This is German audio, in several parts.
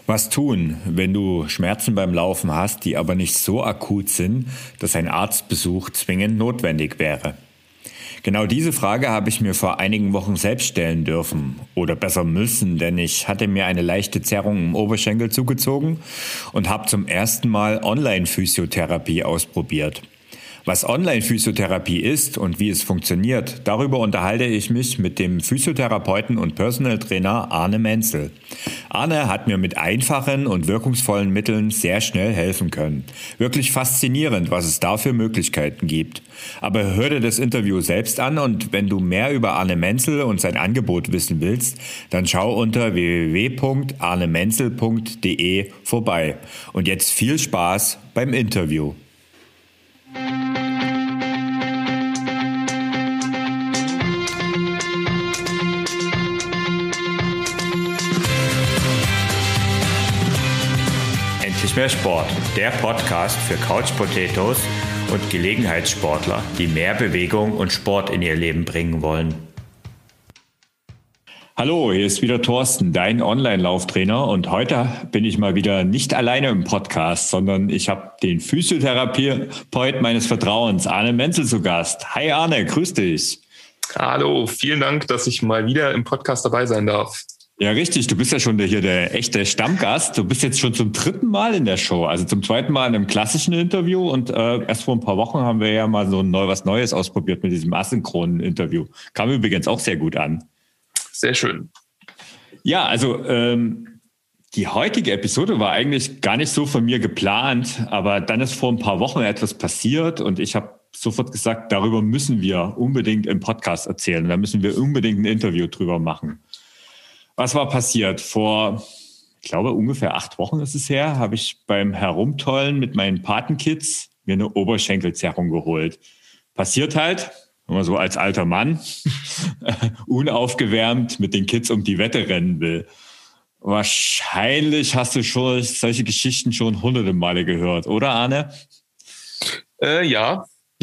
Was tun, wenn du Schmerzen beim Laufen hast, die aber nicht so akut sind, dass ein Arztbesuch zwingend notwendig wäre? Genau diese Frage habe ich mir vor einigen Wochen selbst stellen dürfen oder besser müssen, denn ich hatte mir eine leichte Zerrung im Oberschenkel zugezogen und habe zum ersten Mal Online-Physiotherapie ausprobiert. Was Online-Physiotherapie ist und wie es funktioniert, darüber unterhalte ich mich mit dem Physiotherapeuten und Personal Trainer Arne Menzel. Arne hat mir mit einfachen und wirkungsvollen Mitteln sehr schnell helfen können. Wirklich faszinierend, was es da für Möglichkeiten gibt. Aber hör dir das Interview selbst an und wenn du mehr über Arne Menzel und sein Angebot wissen willst, dann schau unter www.arnemenzel.de vorbei. Und jetzt viel Spaß beim Interview. Endlich mehr Sport, der Podcast für Couch Potatoes und Gelegenheitssportler, die mehr Bewegung und Sport in ihr Leben bringen wollen. Hallo, hier ist wieder Thorsten, dein Online-Lauftrainer und heute bin ich mal wieder nicht alleine im Podcast, sondern ich habe den Physiotherapeut meines Vertrauens, Arne Menzel, zu Gast. Hi Arne, grüß dich. Hallo, vielen Dank, dass ich mal wieder im Podcast dabei sein darf. Ja, richtig. Du bist ja schon der echte Stammgast. Du bist jetzt schon zum 3. Mal in der Show. Also zum 2. Mal in einem klassischen Interview und erst vor ein paar Wochen haben wir ja mal so was Neues ausprobiert mit diesem asynchronen Interview. Kam übrigens auch sehr gut an. Sehr schön. Ja, also die heutige Episode war eigentlich gar nicht so von mir geplant, aber dann ist vor ein paar Wochen etwas passiert und ich habe sofort gesagt, darüber müssen wir unbedingt im Podcast erzählen. Da müssen wir unbedingt ein Interview drüber machen. Was war passiert? Vor, ich glaube, ungefähr 8 Wochen ist es her, habe ich beim Herumtollen mit meinen Patenkids mir eine Oberschenkelzerrung geholt. Passiert halt, wenn man so als alter Mann unaufgewärmt mit den Kids um die Wette rennen will. Wahrscheinlich hast du schon solche Geschichten schon hunderte Male gehört, oder Arne? Ja.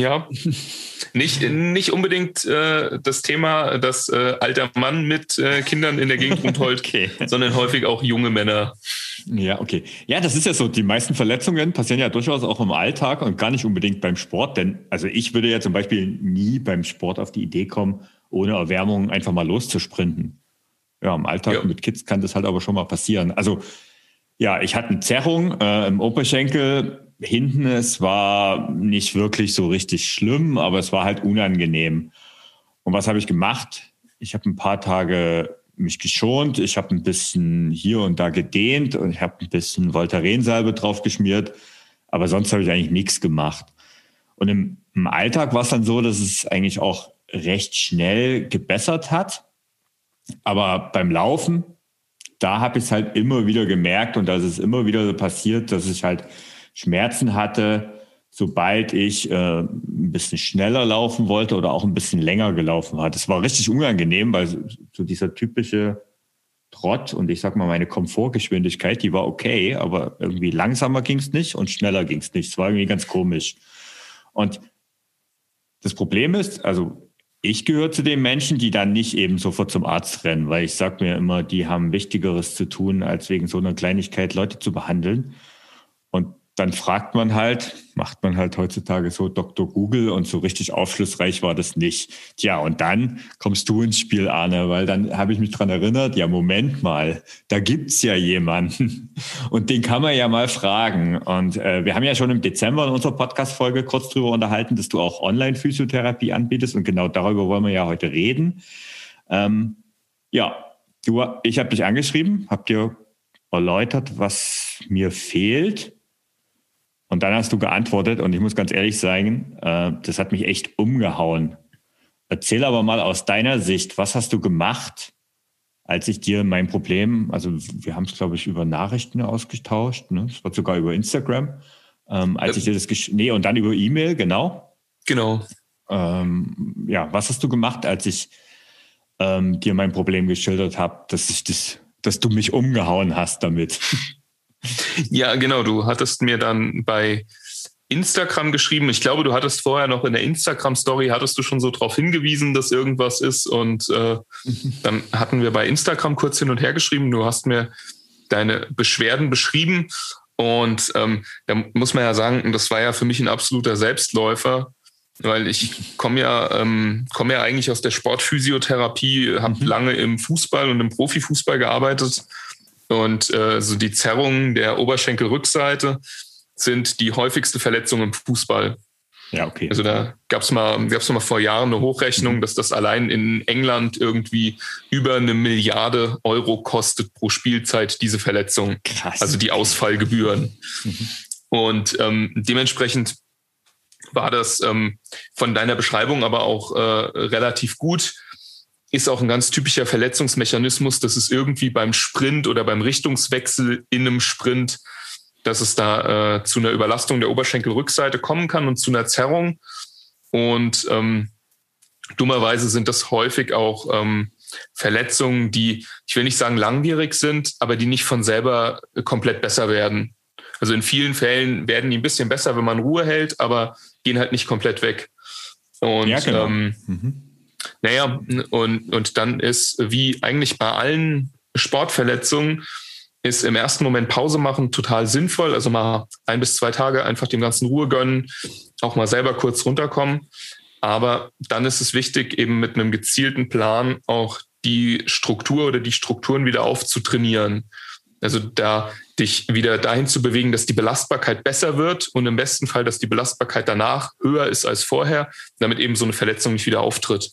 Nicht unbedingt das Thema, dass alter Mann mit Kindern in der Gegend rumtollt, okay, sondern häufig auch junge Männer. Ja, okay. Ja, das ist ja so. Die meisten Verletzungen passieren ja durchaus auch im Alltag und gar nicht unbedingt beim Sport. Denn also ich würde ja zum Beispiel nie beim Sport auf die Idee kommen, ohne Erwärmung einfach mal loszusprinten. Ja, im Alltag mit Kids kann das halt aber schon mal passieren. Also ja, ich hatte eine Zerrung im Oberschenkel. Hinten, es war nicht wirklich so richtig schlimm, aber es war halt unangenehm. Und was habe ich gemacht? Ich habe ein paar Tage mich geschont, ich habe ein bisschen hier und da gedehnt und ich habe ein bisschen Voltaren-Salbe drauf geschmiert, aber sonst habe ich eigentlich nichts gemacht. Und im Alltag war es dann so, dass es eigentlich auch recht schnell gebessert hat, aber beim Laufen, da habe ich es halt immer wieder gemerkt und da ist es immer wieder so passiert, dass ich halt Schmerzen hatte, sobald ich ein bisschen schneller laufen wollte oder auch ein bisschen länger gelaufen war. Das war richtig unangenehm, weil so dieser typische Trott und ich sag mal meine Komfortgeschwindigkeit, die war okay, aber irgendwie langsamer ging es nicht und schneller ging es nicht. Es war irgendwie ganz komisch. Und das Problem ist, also ich gehöre zu den Menschen, die dann nicht eben sofort zum Arzt rennen, weil ich sage mir immer, die haben Wichtigeres zu tun, als wegen so einer Kleinigkeit Leute zu behandeln. Und dann macht man halt heutzutage so Dr. Google und so richtig aufschlussreich war das nicht. Tja, und dann kommst du ins Spiel, Arne, weil dann habe ich mich dran erinnert, ja, Moment mal, da gibt's ja jemanden und den kann man ja mal fragen. Und wir haben ja schon im Dezember in unserer Podcast-Folge kurz drüber unterhalten, dass du auch Online-Physiotherapie anbietest und genau darüber wollen wir ja heute reden. Ich habe dich angeschrieben, habe dir erläutert, was mir fehlt. Und dann hast du geantwortet und ich muss ganz ehrlich sagen, das hat mich echt umgehauen. Erzähl aber mal aus deiner Sicht, was hast du gemacht, als ich dir mein Problem, also wir haben es, glaube ich, über Nachrichten ausgetauscht, ne? Das war sogar über Instagram, als ich dir das und dann über E-Mail, genau. Genau. Was hast du gemacht, als ich dir mein Problem geschildert habe, dass du mich umgehauen hast damit? Ja, genau. Du hattest mir dann bei Instagram geschrieben. Ich glaube, du hattest vorher noch in der Instagram-Story, hattest du schon so darauf hingewiesen, dass irgendwas ist. Und dann hatten wir bei Instagram kurz hin und her geschrieben. Du hast mir deine Beschwerden beschrieben. Und da muss man ja sagen, das war ja für mich ein absoluter Selbstläufer, weil ich komme ja eigentlich aus der Sportphysiotherapie, habe lange im Fußball und im Profifußball gearbeitet. Und so die Zerrungen der Oberschenkelrückseite sind die häufigste Verletzung im Fußball. Ja, okay. Also da gab's mal vor Jahren eine Hochrechnung, dass das allein in England irgendwie über 1 Milliarde Euro kostet pro Spielzeit, diese Verletzung. Krass. Also die Ausfallgebühren. Und dementsprechend war das von deiner Beschreibung aber auch relativ gut. Ist auch ein ganz typischer Verletzungsmechanismus, dass es irgendwie beim Sprint oder beim Richtungswechsel in einem Sprint, dass es da zu einer Überlastung der Oberschenkelrückseite kommen kann und zu einer Zerrung. Und dummerweise sind das häufig auch Verletzungen, die, ich will nicht sagen langwierig sind, aber die nicht von selber komplett besser werden. Also in vielen Fällen werden die ein bisschen besser, wenn man Ruhe hält, aber gehen halt nicht komplett weg. Und ja, genau. Naja, und dann ist, wie eigentlich bei allen Sportverletzungen, ist im ersten Moment Pause machen total sinnvoll. Also mal 1 bis 2 Tage einfach dem Ganzen Ruhe gönnen, auch mal selber kurz runterkommen. Aber dann ist es wichtig, eben mit einem gezielten Plan auch die Struktur oder die Strukturen wieder aufzutrainieren. Also da dich wieder dahin zu bewegen, dass die Belastbarkeit besser wird und im besten Fall, dass die Belastbarkeit danach höher ist als vorher, damit eben so eine Verletzung nicht wieder auftritt.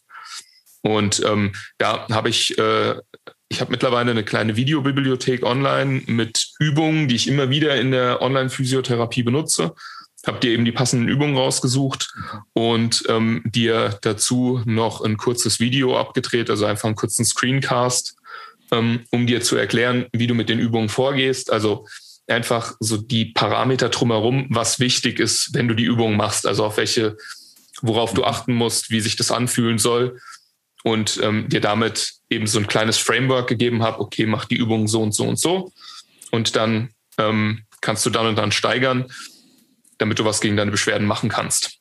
Und da habe ich habe mittlerweile eine kleine Videobibliothek online mit Übungen, die ich immer wieder in der Online-Physiotherapie benutze. Habe dir eben die passenden Übungen rausgesucht und dir dazu noch ein kurzes Video abgedreht, also einfach einen kurzen Screencast, um dir zu erklären, wie du mit den Übungen vorgehst. Also einfach so die Parameter drumherum, was wichtig ist, wenn du die Übungen machst, also worauf du achten musst, wie sich das anfühlen soll. Und dir damit eben so ein kleines Framework gegeben habe, okay, mach die Übungen so und so und so. Und dann kannst du dann und dann steigern, damit du was gegen deine Beschwerden machen kannst.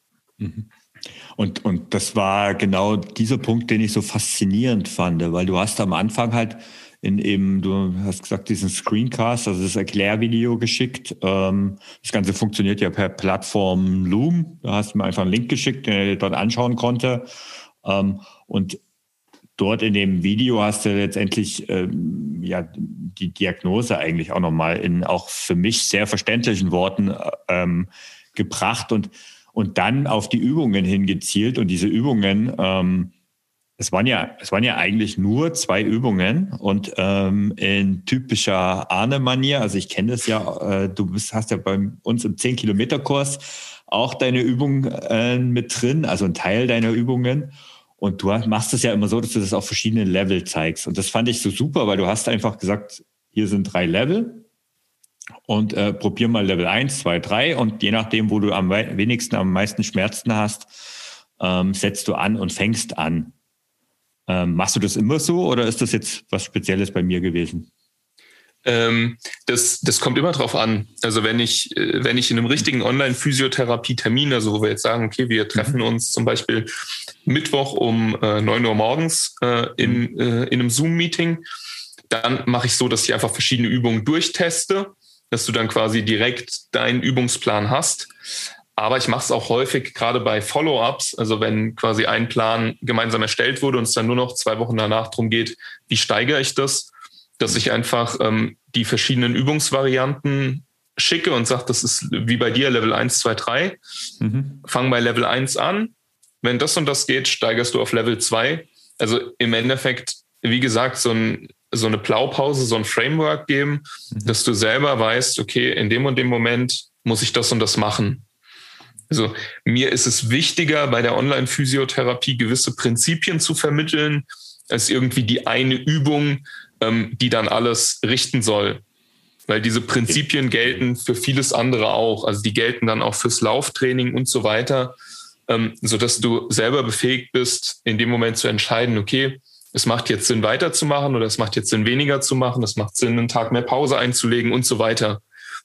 Und das war genau dieser Punkt, den ich so faszinierend fand, weil du hast am Anfang halt du hast gesagt, diesen Screencast, also das Erklärvideo geschickt. Das Ganze funktioniert ja per Plattform Loom. Da hast du mir einfach einen Link geschickt, den ich dort anschauen konnte. Und dort in dem Video hast du letztendlich die Diagnose eigentlich auch nochmal in auch für mich sehr verständlichen Worten gebracht und dann auf die Übungen hingezielt. Und diese Übungen, es waren ja eigentlich nur 2 Übungen und in typischer Arne-Manier, also ich kenne das ja, hast ja bei uns im 10-Kilometer-Kurs auch deine Übungen mit drin, also ein Teil deiner Übungen. Und du machst es ja immer so, dass du das auf verschiedenen Level zeigst. Und das fand ich so super, weil du hast einfach gesagt, hier sind 3 Level und probier mal Level 1, 2, 3 und je nachdem, wo du am meisten Schmerzen hast, setzt du an und fängst an. Machst du das immer so oder ist das jetzt was Spezielles bei mir gewesen? Das kommt immer drauf an. Also wenn ich in einem richtigen Online-Physiotherapie-Termin, also wo wir jetzt sagen, okay, wir treffen uns zum Beispiel Mittwoch um 9 Uhr morgens in einem Zoom-Meeting, dann mache ich so, dass ich einfach verschiedene Übungen durchteste, dass du dann quasi direkt deinen Übungsplan hast. Aber ich mache es auch häufig, gerade bei Follow-ups, also wenn quasi ein Plan gemeinsam erstellt wurde und es dann nur noch 2 Wochen danach darum geht, wie steigere ich das, dass ich einfach die verschiedenen Übungsvarianten schicke und sage, das ist wie bei dir Level 1, 2, 3. Fang bei Level 1 an. Wenn das und das geht, steigerst du auf Level 2. Also im Endeffekt, wie gesagt, so eine Blaupause, so ein Framework geben, dass du selber weißt, okay, in dem und dem Moment muss ich das und das machen. Also mir ist es wichtiger, bei der Online-Physiotherapie gewisse Prinzipien zu vermitteln, als irgendwie die eine Übung, die dann alles richten soll. Weil diese Prinzipien gelten für vieles andere auch. Also die gelten dann auch fürs Lauftraining und so weiter, sodass du selber befähigt bist, in dem Moment zu entscheiden, okay, es macht jetzt Sinn, weiterzumachen oder es macht jetzt Sinn, weniger zu machen, es macht Sinn, einen Tag mehr Pause einzulegen und so weiter.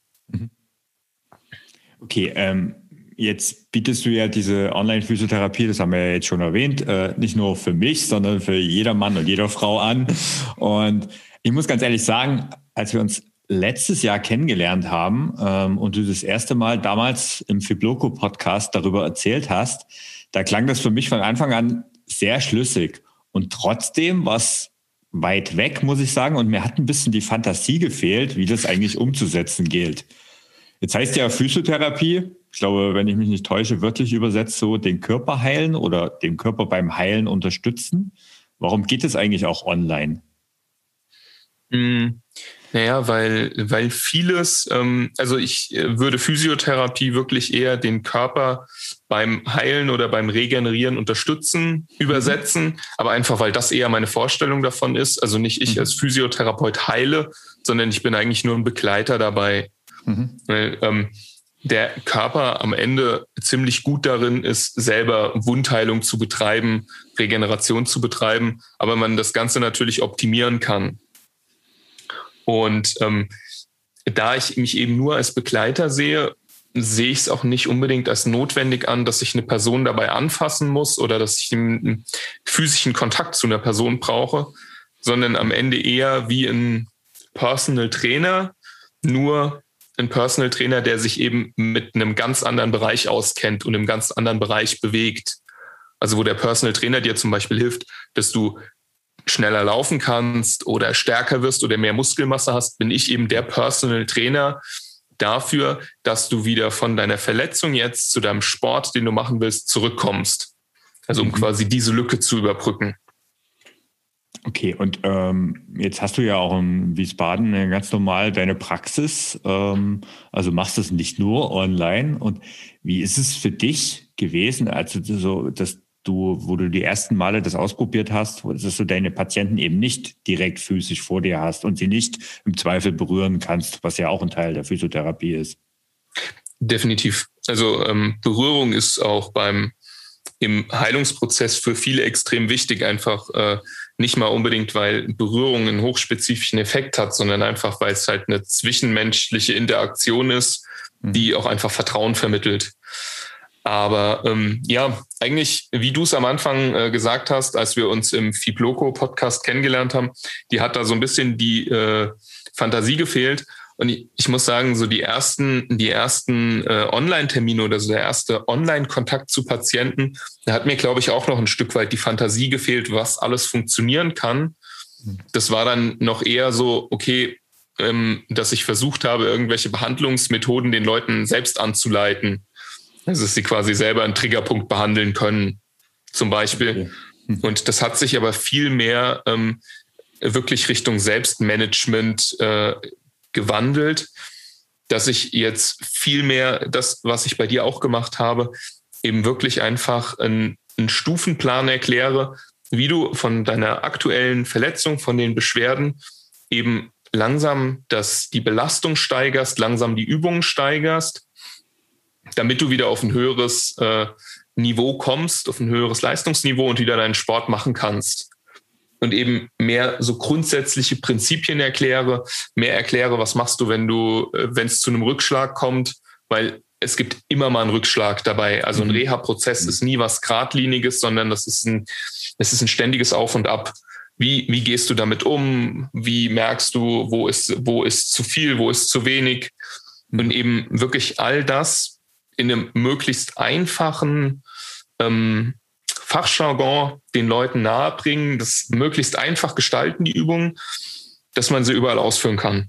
Okay, jetzt bietest du ja diese Online-Physiotherapie, das haben wir ja jetzt schon erwähnt, nicht nur für mich, sondern für jeder Mann und jeder Frau an. Und ich muss ganz ehrlich sagen, als wir uns letztes Jahr kennengelernt haben und du das erste Mal damals im Fibloco-Podcast darüber erzählt hast, da klang das für mich von Anfang an sehr schlüssig. Und trotzdem war es weit weg, muss ich sagen. Und mir hat ein bisschen die Fantasie gefehlt, wie das eigentlich umzusetzen gilt. Jetzt heißt ja Physiotherapie, ich glaube, wenn ich mich nicht täusche, wörtlich übersetzt so den Körper heilen oder den Körper beim Heilen unterstützen. Warum geht es eigentlich auch online? Naja, weil vieles, also ich würde Physiotherapie wirklich eher den Körper beim Heilen oder beim Regenerieren unterstützen, übersetzen, aber einfach, weil das eher meine Vorstellung davon ist. Also nicht ich als Physiotherapeut heile, sondern ich bin eigentlich nur ein Begleiter dabei. Weil der Körper am Ende ziemlich gut darin ist, selber Wundheilung zu betreiben, Regeneration zu betreiben, aber man das Ganze natürlich optimieren kann. Und da ich mich eben nur als Begleiter sehe ich es auch nicht unbedingt als notwendig an, dass ich eine Person dabei anfassen muss oder dass ich einen physischen Kontakt zu einer Person brauche, sondern am Ende eher wie ein Personal Trainer, nur ein Personal Trainer, der sich eben mit einem ganz anderen Bereich auskennt und im ganz anderen Bereich bewegt. Also wo der Personal Trainer dir zum Beispiel hilft, dass du schneller laufen kannst oder stärker wirst oder mehr Muskelmasse hast, bin ich eben der Personal Trainer dafür, dass du wieder von deiner Verletzung jetzt zu deinem Sport, den du machen willst, zurückkommst. Also um quasi diese Lücke zu überbrücken. Okay, und jetzt hast du ja auch in Wiesbaden ganz normal deine Praxis, also machst das nicht nur online. Und wie ist es für dich gewesen, also so, dass wo du die ersten Male das ausprobiert hast, dass du deine Patienten eben nicht direkt physisch vor dir hast und sie nicht im Zweifel berühren kannst, was ja auch ein Teil der Physiotherapie ist? Definitiv. Also Berührung ist auch im Heilungsprozess für viele extrem wichtig, einfach nicht mal unbedingt, weil Berührung einen hochspezifischen Effekt hat, sondern einfach, weil es halt eine zwischenmenschliche Interaktion ist, die auch einfach Vertrauen vermittelt. Aber ja, eigentlich, wie du es am Anfang gesagt hast, als wir uns im Fibloco-Podcast kennengelernt haben, die hat da so ein bisschen die Fantasie gefehlt. Und ich muss sagen, so die ersten Online-Termine oder so der erste Online-Kontakt zu Patienten, da hat mir, glaube ich, auch noch ein Stück weit die Fantasie gefehlt, was alles funktionieren kann. Das war dann noch eher so, okay, dass ich versucht habe, irgendwelche Behandlungsmethoden den Leuten selbst anzuleiten. Also dass sie quasi selber einen Triggerpunkt behandeln können, zum Beispiel. Okay. Und das hat sich aber viel mehr wirklich Richtung Selbstmanagement gewandelt, dass ich jetzt viel mehr das, was ich bei dir auch gemacht habe, eben wirklich einfach einen Stufenplan erkläre, wie du von deiner aktuellen Verletzung, von den Beschwerden eben langsam die Belastung steigerst, langsam die Übungen steigerst, damit du wieder auf ein höheres Niveau kommst, auf ein höheres Leistungsniveau und wieder deinen Sport machen kannst. Und eben mehr so grundsätzliche Prinzipien erkläre, was machst du, wenn es zu einem Rückschlag kommt, weil es gibt immer mal einen Rückschlag dabei. Also ein Reha-Prozess ist nie was Geradliniges, sondern das ist ein ständiges Auf und Ab. Wie gehst du damit um? Wie merkst du, wo ist zu viel, wo ist zu wenig? Und eben wirklich all das in einem möglichst einfachen Fachjargon den Leuten nahebringen, das möglichst einfach gestalten, die Übungen, dass man sie überall ausführen kann.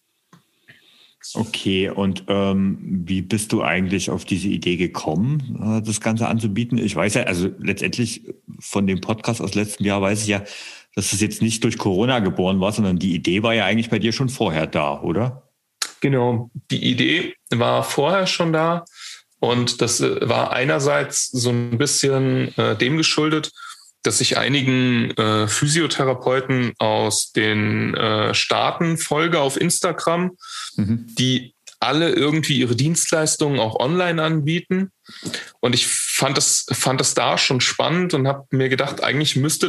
Okay, und wie bist du eigentlich auf diese Idee gekommen, das Ganze anzubieten? Ich weiß ja, also letztendlich von dem Podcast aus letztem Jahr weiß ich ja, dass es jetzt nicht durch Corona geboren war, sondern die Idee war ja eigentlich bei dir schon vorher da, oder? Genau, die Idee war vorher schon da. Und das war einerseits so ein bisschen dem geschuldet, dass ich einigen Physiotherapeuten aus den Staaten folge auf Instagram, die alle irgendwie ihre Dienstleistungen auch online anbieten. Und ich fand das da schon spannend und habe mir gedacht, eigentlich müsste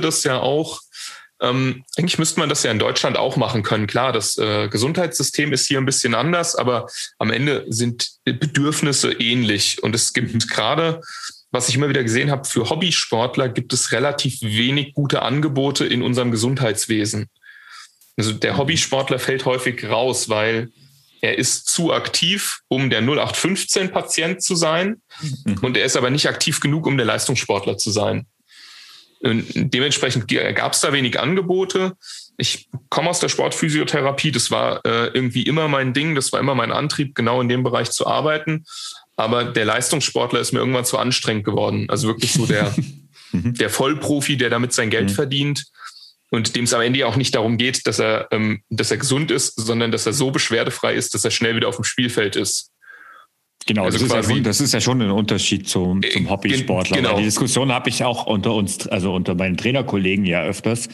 man das ja in Deutschland auch machen können. Klar, das Gesundheitssystem ist hier ein bisschen anders, aber am Ende sind Bedürfnisse ähnlich. Und es gibt gerade, was ich immer wieder gesehen habe, für Hobbysportler gibt es relativ wenig gute Angebote in unserem Gesundheitswesen. Also der Hobbysportler fällt häufig raus, weil er ist zu aktiv, um der 0815-Patient zu sein, und er ist aber nicht aktiv genug, um der Leistungssportler zu sein. Und dementsprechend gab es da wenig Angebote. Ich komme aus der Sportphysiotherapie, das war irgendwie immer mein Ding, das war immer mein Antrieb, genau in dem Bereich zu arbeiten. Aber der Leistungssportler ist mir irgendwann zu anstrengend geworden. Also wirklich so der Vollprofi, der damit sein Geld verdient und dem es am Ende ja auch nicht darum geht, dass er dass er gesund ist, sondern dass er so beschwerdefrei ist, dass er schnell wieder auf dem Spielfeld ist. Genau, also das ist ja schon ein Unterschied zum Hobbysportler. Genau. Die Diskussion habe ich auch unter uns, also unter meinen Trainerkollegen ja öfters,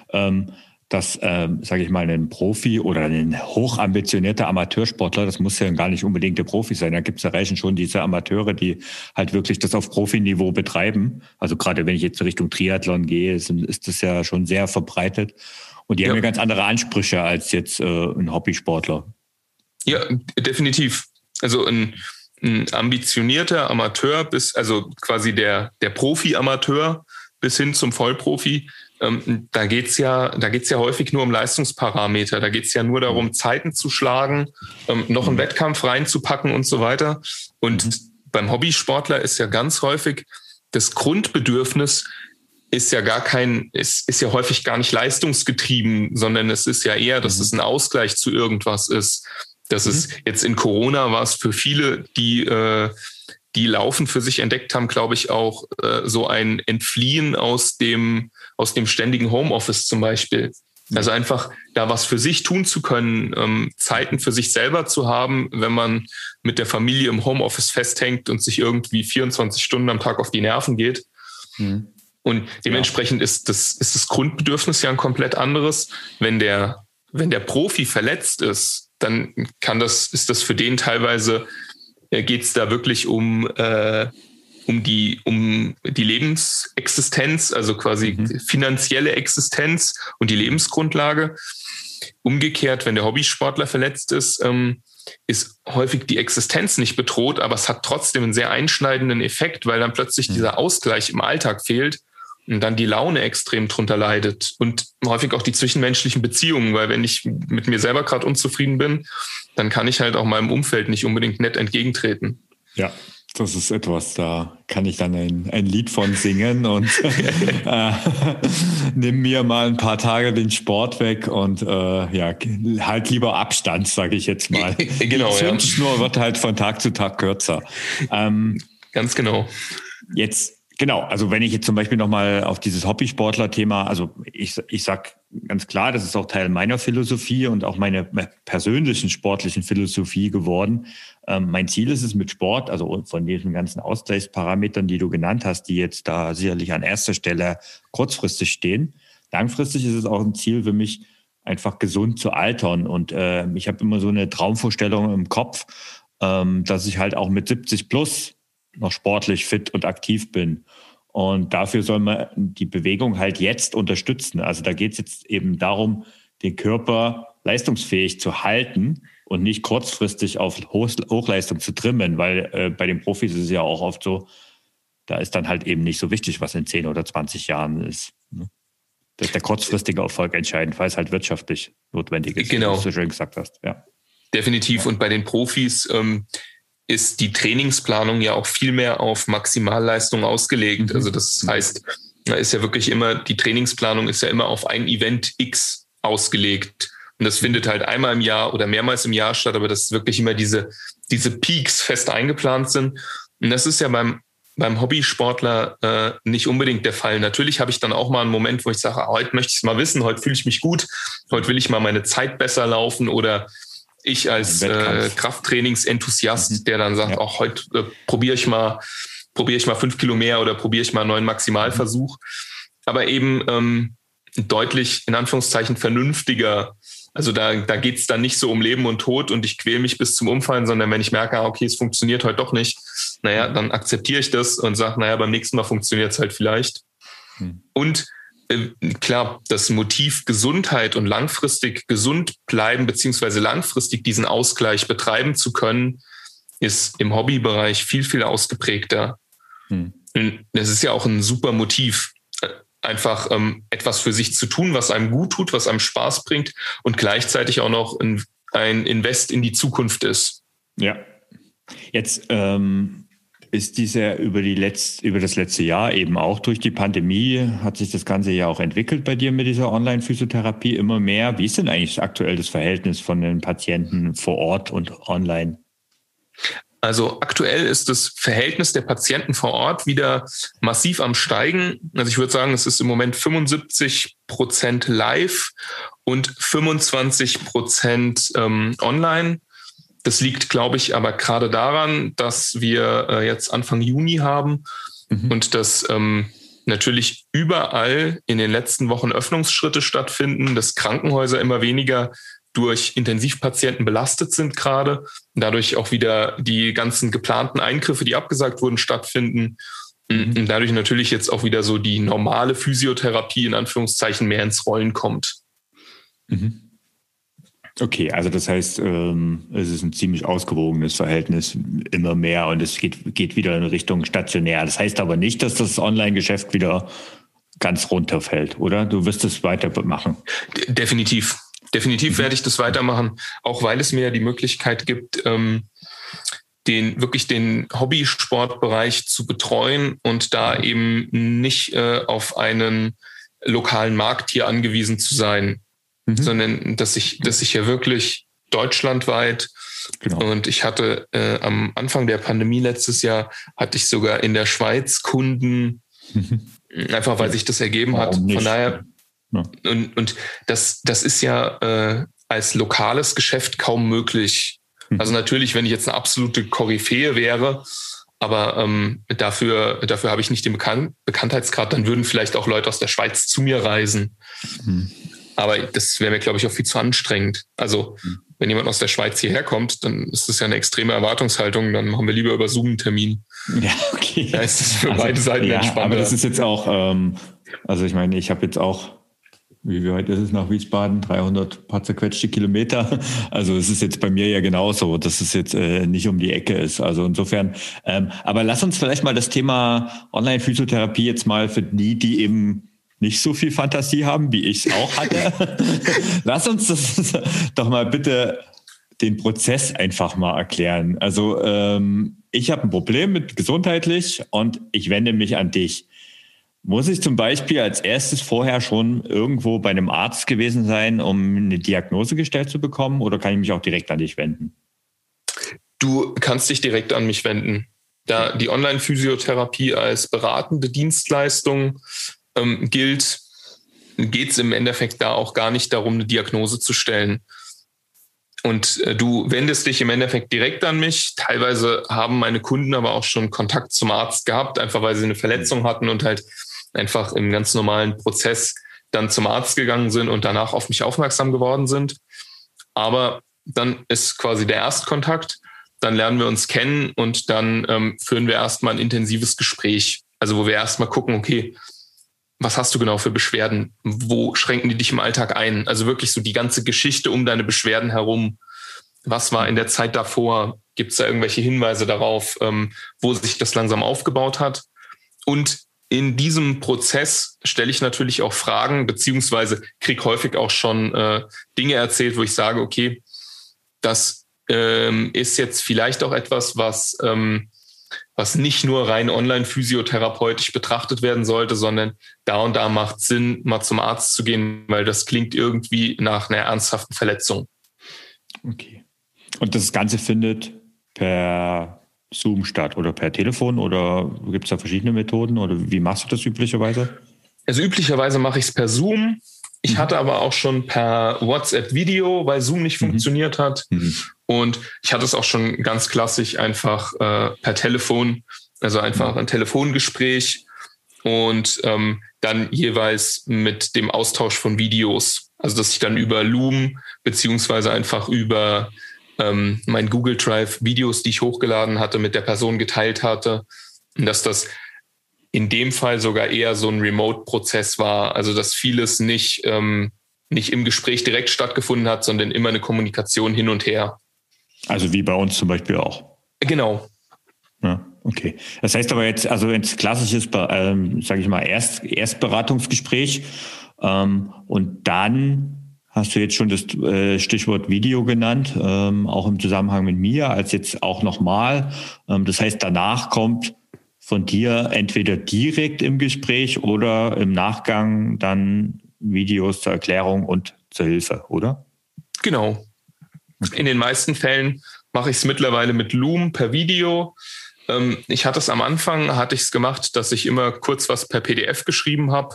dass, sage ich mal, ein Profi oder ein hochambitionierter Amateursportler, das muss ja gar nicht unbedingt der Profi sein. Da reichen schon diese Amateure, die halt wirklich das auf Profiniveau betreiben. Also gerade wenn ich jetzt Richtung Triathlon gehe, ist das ja schon sehr verbreitet. Und die haben ja ganz andere Ansprüche als jetzt ein Hobbysportler. Ja, definitiv. Also ein ambitionierter Amateur also quasi der Profi-Amateur bis hin zum Vollprofi, da geht's ja häufig nur um Leistungsparameter. Da geht's ja nur darum, Zeiten zu schlagen, noch einen Wettkampf reinzupacken und so weiter. Und beim Hobbysportler ist ja ganz häufig das Grundbedürfnis ist ja häufig gar nicht leistungsgetrieben, sondern es ist ja eher, dass es ein Ausgleich zu irgendwas ist. Das ist jetzt in Corona war es für viele, die Laufen für sich entdeckt haben, glaube ich, auch so ein Entfliehen aus dem ständigen Homeoffice zum Beispiel. Also einfach da was für sich tun zu können, Zeiten für sich selber zu haben, wenn man mit der Familie im Homeoffice festhängt und sich irgendwie 24 Stunden am Tag auf die Nerven geht. Und dementsprechend ist das Grundbedürfnis ja ein komplett anderes. Wenn der Profi verletzt ist, dann ist das für den teilweise, geht es da wirklich um die Lebensexistenz, also quasi finanzielle Existenz und die Lebensgrundlage. Umgekehrt, wenn der Hobbysportler verletzt ist häufig die Existenz nicht bedroht, aber es hat trotzdem einen sehr einschneidenden Effekt, weil dann plötzlich dieser Ausgleich im Alltag fehlt und dann die Laune extrem drunter leidet und häufig auch die zwischenmenschlichen Beziehungen, weil wenn ich mit mir selber gerade unzufrieden bin, dann kann ich halt auch meinem Umfeld nicht unbedingt nett entgegentreten. Ja, das ist etwas, da kann ich dann ein Lied von singen und nimm mir mal ein paar Tage den Sport weg und halt lieber Abstand, sage ich jetzt mal. Genau, die Zündschnur wird halt von Tag zu Tag kürzer. Ganz genau. Jetzt, genau, also wenn ich jetzt zum Beispiel nochmal auf dieses Hobbysportler-Thema, also ich sag ganz klar, das ist auch Teil meiner Philosophie und auch meiner persönlichen sportlichen Philosophie geworden. Mein Ziel ist es mit Sport, also von diesen ganzen Ausgleichsparametern, die du genannt hast, die jetzt da sicherlich an erster Stelle kurzfristig stehen. Langfristig ist es auch ein Ziel für mich, einfach gesund zu altern. Und ich habe immer so eine Traumvorstellung im Kopf, dass ich halt auch mit 70 plus noch sportlich fit und aktiv bin. Und dafür soll man die Bewegung halt jetzt unterstützen. Also da geht es jetzt eben darum, den Körper leistungsfähig zu halten und nicht kurzfristig auf Hochleistung zu trimmen, weil bei den Profis ist es ja auch oft so, da ist dann halt eben nicht so wichtig, was in 10 oder 20 Jahren ist. Da ist der kurzfristige Erfolg entscheidend, weil es halt wirtschaftlich notwendig ist, genau, wie du so schön gesagt hast. Ja. Definitiv. Und bei den Profis ist die Trainingsplanung ja auch viel mehr auf Maximalleistung ausgelegt. Also das heißt, da ist ja wirklich immer, die Trainingsplanung ist ja immer auf ein Event X ausgelegt. Und das findet halt einmal im Jahr oder mehrmals im Jahr statt, aber dass wirklich immer diese Peaks fest eingeplant sind. Und das ist ja beim Hobbysportler nicht unbedingt der Fall. Natürlich habe ich dann auch mal einen Moment, wo ich sage, heute möchte ich es mal wissen, heute fühle ich mich gut, heute will ich mal meine Zeit besser laufen oder ich als Krafttrainingsenthusiast, der dann sagt, auch heute probiere ich mal 5 Kilo mehr oder probiere ich mal einen neuen Maximalversuch. Aber eben deutlich, in Anführungszeichen, vernünftiger. Also da geht es dann nicht so um Leben und Tod und ich quäle mich bis zum Umfallen, sondern wenn ich merke, okay, es funktioniert heute doch nicht, dann akzeptiere ich das und sage, beim nächsten Mal funktioniert es halt vielleicht. Und klar, das Motiv Gesundheit und langfristig gesund bleiben, beziehungsweise langfristig diesen Ausgleich betreiben zu können, ist im Hobbybereich viel, viel ausgeprägter. Und das ist ja auch ein super Motiv. einfach etwas für sich zu tun, was einem gut tut, was einem Spaß bringt und gleichzeitig auch noch ein Invest in die Zukunft ist. Ja. Jetzt ist über das letzte Jahr eben auch durch die Pandemie hat sich das Ganze ja auch entwickelt bei dir mit dieser Online-Physiotherapie immer mehr. Wie ist denn eigentlich aktuell das Verhältnis von den Patienten vor Ort und online? Also aktuell ist das Verhältnis der Patienten vor Ort wieder massiv am Steigen. Also ich würde sagen, es ist im Moment 75% live und 25% online. Das liegt, glaube ich, aber gerade daran, dass wir jetzt Anfang Juni haben und dass natürlich überall in den letzten Wochen Öffnungsschritte stattfinden, dass Krankenhäuser immer weniger durch Intensivpatienten belastet sind gerade und dadurch auch wieder die ganzen geplanten Eingriffe, die abgesagt wurden, stattfinden und dadurch natürlich jetzt auch wieder so die normale Physiotherapie in Anführungszeichen mehr ins Rollen kommt. Okay, also das heißt, es ist ein ziemlich ausgewogenes Verhältnis immer mehr und es geht wieder in Richtung stationär. Das heißt aber nicht, dass das Online-Geschäft wieder ganz runterfällt, oder? Du wirst es weitermachen. Definitiv werde ich das weitermachen, auch weil es mir die Möglichkeit gibt, den Hobbysportbereich zu betreuen und da eben nicht auf einen lokalen Markt hier angewiesen zu sein, sondern dass ich ja wirklich deutschlandweit und ich hatte am Anfang der Pandemie letztes Jahr hatte ich sogar in der Schweiz Kunden, einfach weil sich das ergeben hat. Von daher und das ist ja als lokales Geschäft kaum möglich. Also natürlich, wenn ich jetzt eine absolute Koryphäe wäre, aber dafür habe ich nicht den Bekanntheitsgrad, dann würden vielleicht auch Leute aus der Schweiz zu mir reisen. Aber das wäre mir, glaube ich, auch viel zu anstrengend. Also wenn jemand aus der Schweiz hierher kommt, dann ist das ja eine extreme Erwartungshaltung. Dann machen wir lieber über Zoom einen Termin. Ja, okay. Da ist es für beide Seiten entspannter. Aber das ist jetzt auch, also ich meine, ich habe jetzt auch, wie weit ist es nach Wiesbaden? 300 paar zerquetschte Kilometer. Also es ist jetzt bei mir ja genauso, dass es jetzt nicht um die Ecke ist. Also insofern, aber lass uns vielleicht mal das Thema Online-Physiotherapie jetzt mal für die eben nicht so viel Fantasie haben, wie ich es auch hatte. Lass uns das doch mal bitte den Prozess einfach mal erklären. Also ich habe ein Problem mit gesundheitlich und ich wende mich an dich. Muss ich zum Beispiel als erstes vorher schon irgendwo bei einem Arzt gewesen sein, um eine Diagnose gestellt zu bekommen, oder kann ich mich auch direkt an dich wenden? Du kannst dich direkt an mich wenden. Da die Online-Physiotherapie als beratende Dienstleistung gilt, geht es im Endeffekt da auch gar nicht darum, eine Diagnose zu stellen. Und du wendest dich im Endeffekt direkt an mich. Teilweise haben meine Kunden aber auch schon Kontakt zum Arzt gehabt, einfach weil sie eine Verletzung hatten und halt einfach im ganz normalen Prozess dann zum Arzt gegangen sind und danach auf mich aufmerksam geworden sind. Aber dann ist quasi der Erstkontakt, dann lernen wir uns kennen und dann führen wir erstmal ein intensives Gespräch. Also wo wir erstmal gucken, okay, was hast du genau für Beschwerden? Wo schränken die dich im Alltag ein? Also wirklich so die ganze Geschichte um deine Beschwerden herum. Was war in der Zeit davor? Gibt es da irgendwelche Hinweise darauf, wo sich das langsam aufgebaut hat? Und in diesem Prozess stelle ich natürlich auch Fragen, beziehungsweise kriege häufig auch schon Dinge erzählt, wo ich sage, okay, das ist jetzt vielleicht auch etwas, was nicht nur rein online-physiotherapeutisch betrachtet werden sollte, sondern da und da macht Sinn, mal zum Arzt zu gehen, weil das klingt irgendwie nach einer ernsthaften Verletzung. Okay. Und das Ganze findet per Zoom statt oder per Telefon oder gibt es da verschiedene Methoden oder wie machst du das üblicherweise? Also üblicherweise mache ich es per Zoom. Ich hatte aber auch schon per WhatsApp-Video, weil Zoom nicht funktioniert hat. Und ich hatte es auch schon ganz klassisch einfach per Telefon, also einfach ein Telefongespräch und dann jeweils mit dem Austausch von Videos. Also dass ich dann über Loom beziehungsweise einfach über mein Google Drive Videos, die ich hochgeladen hatte, mit der Person geteilt hatte. Und dass das in dem Fall sogar eher so ein Remote-Prozess war. Also dass vieles nicht im Gespräch direkt stattgefunden hat, sondern immer eine Kommunikation hin und her. Also wie bei uns zum Beispiel auch. Genau. Ja. Okay. Das heißt aber jetzt, also ins klassisches, sage ich mal, Erstberatungsgespräch und dann hast du jetzt schon das Stichwort Video genannt, auch im Zusammenhang mit mir, als jetzt auch nochmal. Das heißt, danach kommt von dir entweder direkt im Gespräch oder im Nachgang dann Videos zur Erklärung und zur Hilfe, oder? Genau. Okay. In den meisten Fällen mache ich es mittlerweile mit Loom per Video. Ich hatte es am Anfang, hatte ich es gemacht, dass ich immer kurz was per PDF geschrieben habe.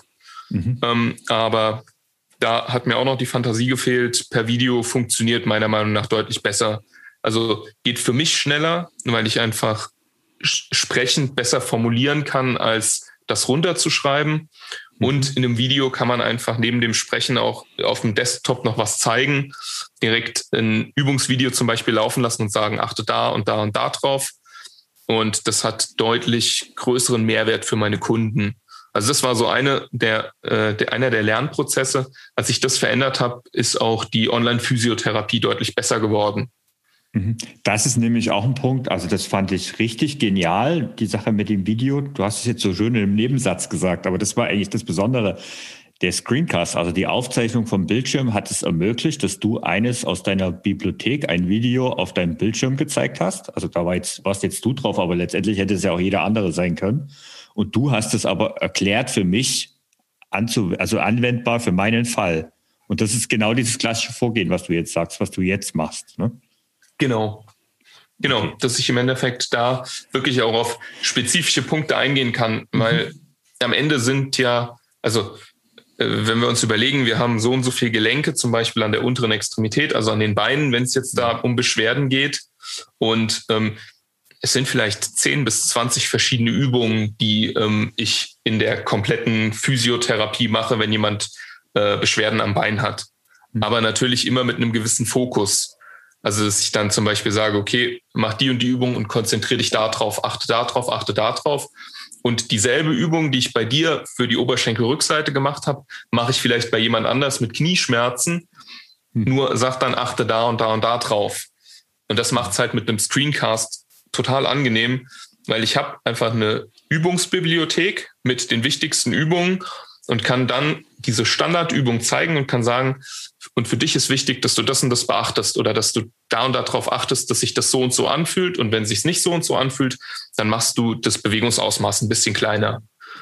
Aber da hat mir auch noch die Fantasie gefehlt. Per Video funktioniert meiner Meinung nach deutlich besser. Also geht für mich schneller, weil ich einfach sprechend besser formulieren kann, als das runterzuschreiben. Und in einem Video kann man einfach neben dem Sprechen auch auf dem Desktop noch was zeigen, direkt ein Übungsvideo zum Beispiel laufen lassen und sagen, achte da und da und da drauf. Und das hat deutlich größeren Mehrwert für meine Kunden. Also das war so einer der Lernprozesse. Als ich das verändert habe, ist auch die Online-Physiotherapie deutlich besser geworden. Das ist nämlich auch ein Punkt, also das fand ich richtig genial, die Sache mit dem Video. Du hast es jetzt so schön im Nebensatz gesagt, aber das war eigentlich das Besondere. Der Screencast, also die Aufzeichnung vom Bildschirm, hat es ermöglicht, dass du eines aus deiner Bibliothek, ein Video auf deinem Bildschirm gezeigt hast. Also da warst jetzt du drauf, aber letztendlich hätte es ja auch jeder andere sein können. Und du hast es aber erklärt für mich, also anwendbar für meinen Fall. Und das ist genau dieses klassische Vorgehen, was du jetzt sagst, was du jetzt machst, ne? Genau, okay. Dass ich im Endeffekt da wirklich auch auf spezifische Punkte eingehen kann, weil am Ende sind ja, also wenn wir uns überlegen, wir haben so und so viele Gelenke, zum Beispiel an der unteren Extremität, also an den Beinen, wenn es jetzt da um Beschwerden geht und es sind vielleicht 10 bis 20 verschiedene Übungen, die ich in der kompletten Physiotherapie mache, wenn jemand Beschwerden am Bein hat, aber natürlich immer mit einem gewissen Fokus. Also, dass ich dann zum Beispiel sage, okay, mach die und die Übung und konzentriere dich da drauf, achte da drauf, achte da drauf. Und dieselbe Übung, die ich bei dir für die Oberschenkelrückseite gemacht habe, mache ich vielleicht bei jemand anders mit Knieschmerzen. Nur sag dann, achte da und da und da drauf. Und das macht es halt mit einem Screencast total angenehm, weil ich habe einfach eine Übungsbibliothek mit den wichtigsten Übungen und kann dann diese Standardübung zeigen und kann sagen, und für dich ist wichtig, dass du das und das beachtest oder dass du da und darauf achtest, dass sich das so und so anfühlt. Und wenn es sich nicht so und so anfühlt, dann machst du das Bewegungsausmaß ein bisschen kleiner.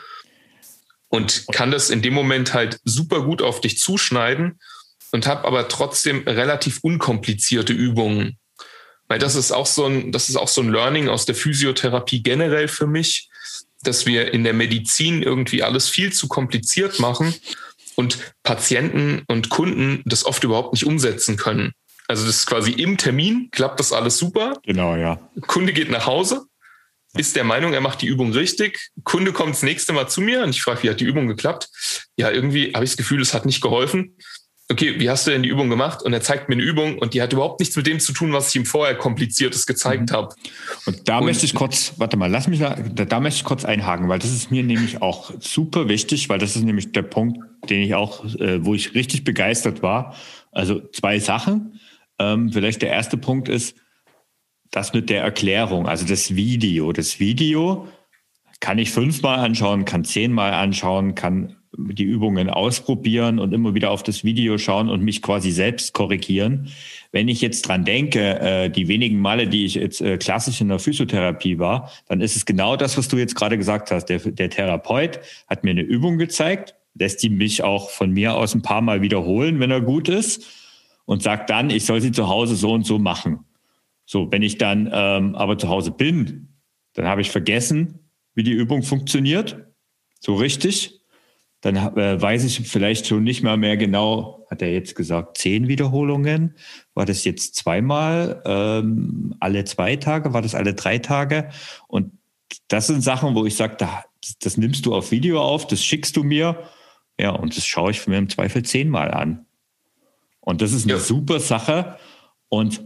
Und kann das in dem Moment halt super gut auf dich zuschneiden und habe aber trotzdem relativ unkomplizierte Übungen. Weil das ist auch so ein Learning aus der Physiotherapie generell für mich, dass wir in der Medizin irgendwie alles viel zu kompliziert machen und Patienten und Kunden das oft überhaupt nicht umsetzen können. Also das ist quasi im Termin, klappt das alles super. Genau, ja. Kunde geht nach Hause, ist der Meinung, er macht die Übung richtig. Kunde kommt das nächste Mal zu mir und ich frage, wie hat die Übung geklappt? Ja, irgendwie habe ich das Gefühl, es hat nicht geholfen. Okay, wie hast du denn die Übung gemacht? Und er zeigt mir eine Übung und die hat überhaupt nichts mit dem zu tun, was ich ihm vorher Kompliziertes gezeigt habe. Und da möchte ich kurz, da möchte ich kurz einhaken, weil das ist mir nämlich auch super wichtig, weil das ist nämlich der Punkt, den ich auch, wo ich richtig begeistert war. Also 2 Sachen. Vielleicht der erste Punkt ist, das mit der Erklärung, also das Video. Das Video kann ich 5-mal anschauen, kann 10-mal anschauen, kann die Übungen ausprobieren und immer wieder auf das Video schauen und mich quasi selbst korrigieren. Wenn ich jetzt dran denke, die wenigen Male, die ich jetzt klassisch in der Physiotherapie war, dann ist es genau das, was du jetzt gerade gesagt hast. Der Therapeut hat mir eine Übung gezeigt, lässt die mich auch von mir aus ein paar Mal wiederholen, wenn er gut ist, und sagt dann, ich soll sie zu Hause so und so machen. So, wenn ich dann aber zu Hause bin, dann habe ich vergessen, wie die Übung funktioniert, so richtig. Dann weiß ich vielleicht schon nicht mal mehr genau, hat er jetzt gesagt, 10 Wiederholungen? War das jetzt 2-mal, alle 2 Tage? War das alle 3 Tage? Und das sind Sachen, wo ich sage, das nimmst du auf Video auf, das schickst du mir. Ja, und das schaue ich mir im Zweifel 10-mal an. Und das ist eine super Sache. Und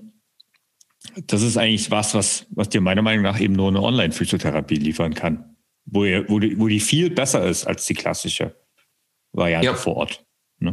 das ist eigentlich was dir meiner Meinung nach eben nur eine Online-Physiotherapie liefern kann. Wo die viel besser ist als die klassische Variante vor Ort. Ne?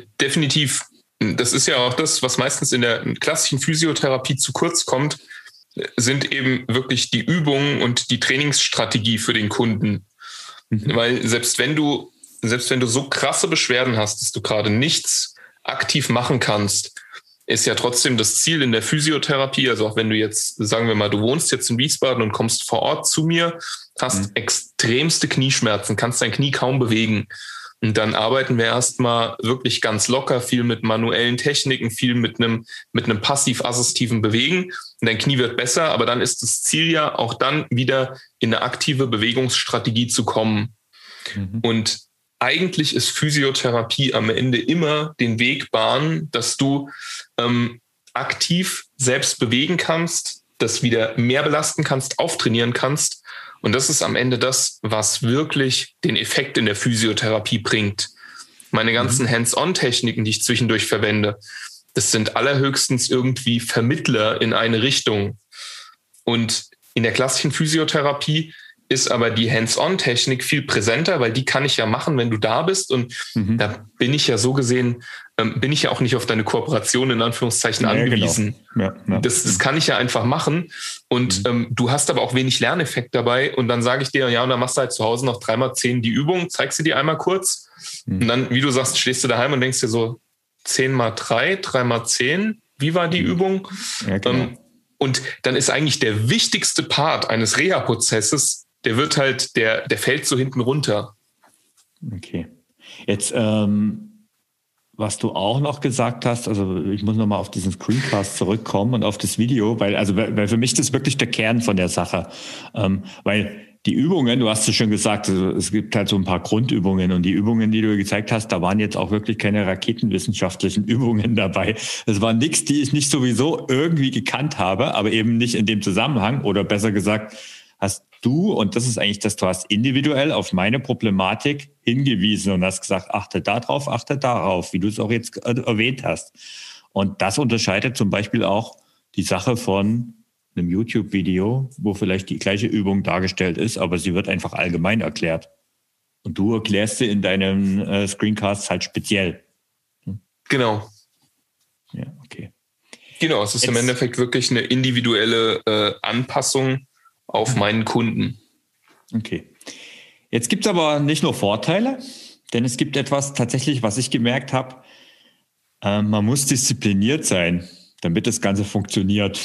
Definitiv. Das ist ja auch das, was meistens in der klassischen Physiotherapie zu kurz kommt. sind eben wirklich die Übungen und die Trainingsstrategie für den Kunden. Weil selbst wenn du so krasse Beschwerden hast, dass du gerade nichts aktiv machen kannst, ist ja trotzdem das Ziel in der Physiotherapie, also auch wenn du jetzt, sagen wir mal, du wohnst jetzt in Wiesbaden und kommst vor Ort zu mir, hast extremste Knieschmerzen, kannst dein Knie kaum bewegen. Und dann arbeiten wir erstmal wirklich ganz locker, viel mit manuellen Techniken, viel mit einem passiv-assistiven Bewegen. Und dein Knie wird besser, aber dann ist das Ziel ja auch dann wieder in eine aktive Bewegungsstrategie zu kommen. Und eigentlich ist Physiotherapie am Ende immer den Weg bahnen, dass du aktiv selbst bewegen kannst, das wieder mehr belasten kannst, auftrainieren kannst. Und das ist am Ende das, was wirklich den Effekt in der Physiotherapie bringt. Meine ganzen Hands-on-Techniken, die ich zwischendurch verwende, das sind allerhöchstens irgendwie Vermittler in eine Richtung. Und in der klassischen Physiotherapie ist aber die Hands-on-Technik viel präsenter, weil die kann ich ja machen, wenn du da bist. Und da bin ich ja so gesehen, bin ich ja auch nicht auf deine Kooperation in Anführungszeichen angewiesen. Genau. Ja. Das kann ich ja einfach machen. Und du hast aber auch wenig Lerneffekt dabei. Und dann sage ich dir, ja, und dann machst du halt zu Hause noch 3x10 die Übung, zeigst du dir einmal kurz. Und dann, wie du sagst, stehst du daheim und denkst dir so, 10x3, 3x10, wie war die Übung? Ja, genau. Und dann ist eigentlich der wichtigste Part eines Reha-Prozesses, der fällt so hinten runter. Okay. Jetzt, was du auch noch gesagt hast, also ich muss nochmal auf diesen Screencast zurückkommen und auf das Video, weil für mich das ist wirklich der Kern von der Sache. Weil die Übungen, du hast es schon gesagt, also es gibt halt so ein paar Grundübungen und die Übungen, die du gezeigt hast, da waren jetzt auch wirklich keine raketenwissenschaftlichen Übungen dabei. Es war nichts, die ich nicht sowieso irgendwie gekannt habe, aber eben nicht in dem Zusammenhang oder besser gesagt, hast du, und das ist eigentlich das, du hast individuell auf meine Problematik hingewiesen und hast gesagt, achte darauf, wie du es auch jetzt erwähnt hast. Und das unterscheidet zum Beispiel auch die Sache von einem YouTube-Video, wo vielleicht die gleiche Übung dargestellt ist, aber sie wird einfach allgemein erklärt. Und du erklärst sie in deinem Screencast halt speziell. Genau. Ja, okay. Genau, es ist jetzt im Endeffekt wirklich eine individuelle Anpassung auf meinen Kunden. Okay. Jetzt gibt es aber nicht nur Vorteile, denn es gibt etwas tatsächlich, was ich gemerkt habe, man muss diszipliniert sein, damit das Ganze funktioniert.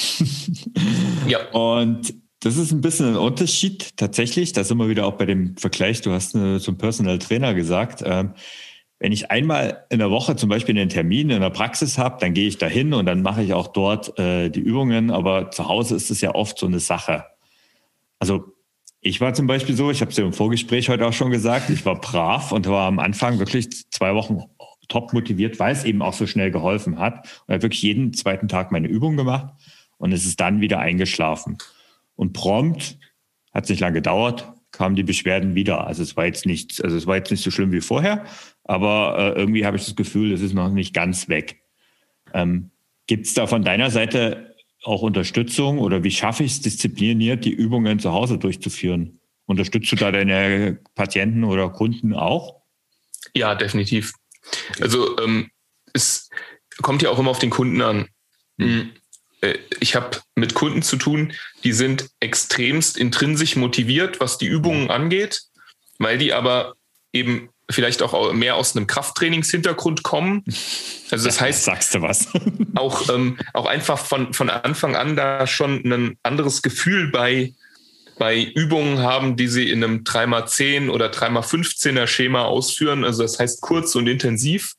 Ja. Und das ist ein bisschen ein Unterschied tatsächlich, da sind wir wieder auch bei dem Vergleich, du hast zum Personal Trainer gesagt, wenn ich einmal in der Woche zum Beispiel einen Termin in der Praxis habe, dann gehe ich da hin und dann mache ich auch dort die Übungen, aber zu Hause ist es ja oft so eine Sache. Also ich war zum Beispiel so, ich habe es ja im Vorgespräch heute auch schon gesagt, ich war brav und war am Anfang wirklich 2 Wochen top motiviert, weil es eben auch so schnell geholfen hat. Und habe wirklich jeden zweiten Tag meine Übung gemacht und es ist dann wieder eingeschlafen. Und prompt, hat es nicht lange gedauert, kamen die Beschwerden wieder. Also es war jetzt nicht so schlimm wie vorher, aber irgendwie habe ich das Gefühl, es ist noch nicht ganz weg. Gibt es da von deiner Seite auch Unterstützung oder wie schaffe ich es, diszipliniert die Übungen zu Hause durchzuführen? Unterstützt du da deine Patienten oder Kunden auch? Ja, definitiv. Also es kommt ja auch immer auf den Kunden an. Ich habe mit Kunden zu tun, die sind extremst intrinsisch motiviert, was die Übungen angeht, weil die aber eben vielleicht auch mehr aus einem Krafttrainingshintergrund kommen. Also das heißt, sagst du was? auch einfach von Anfang an da schon ein anderes Gefühl bei Übungen haben, die sie in einem 3x10 oder 3x15er Schema ausführen. Also das heißt kurz und intensiv.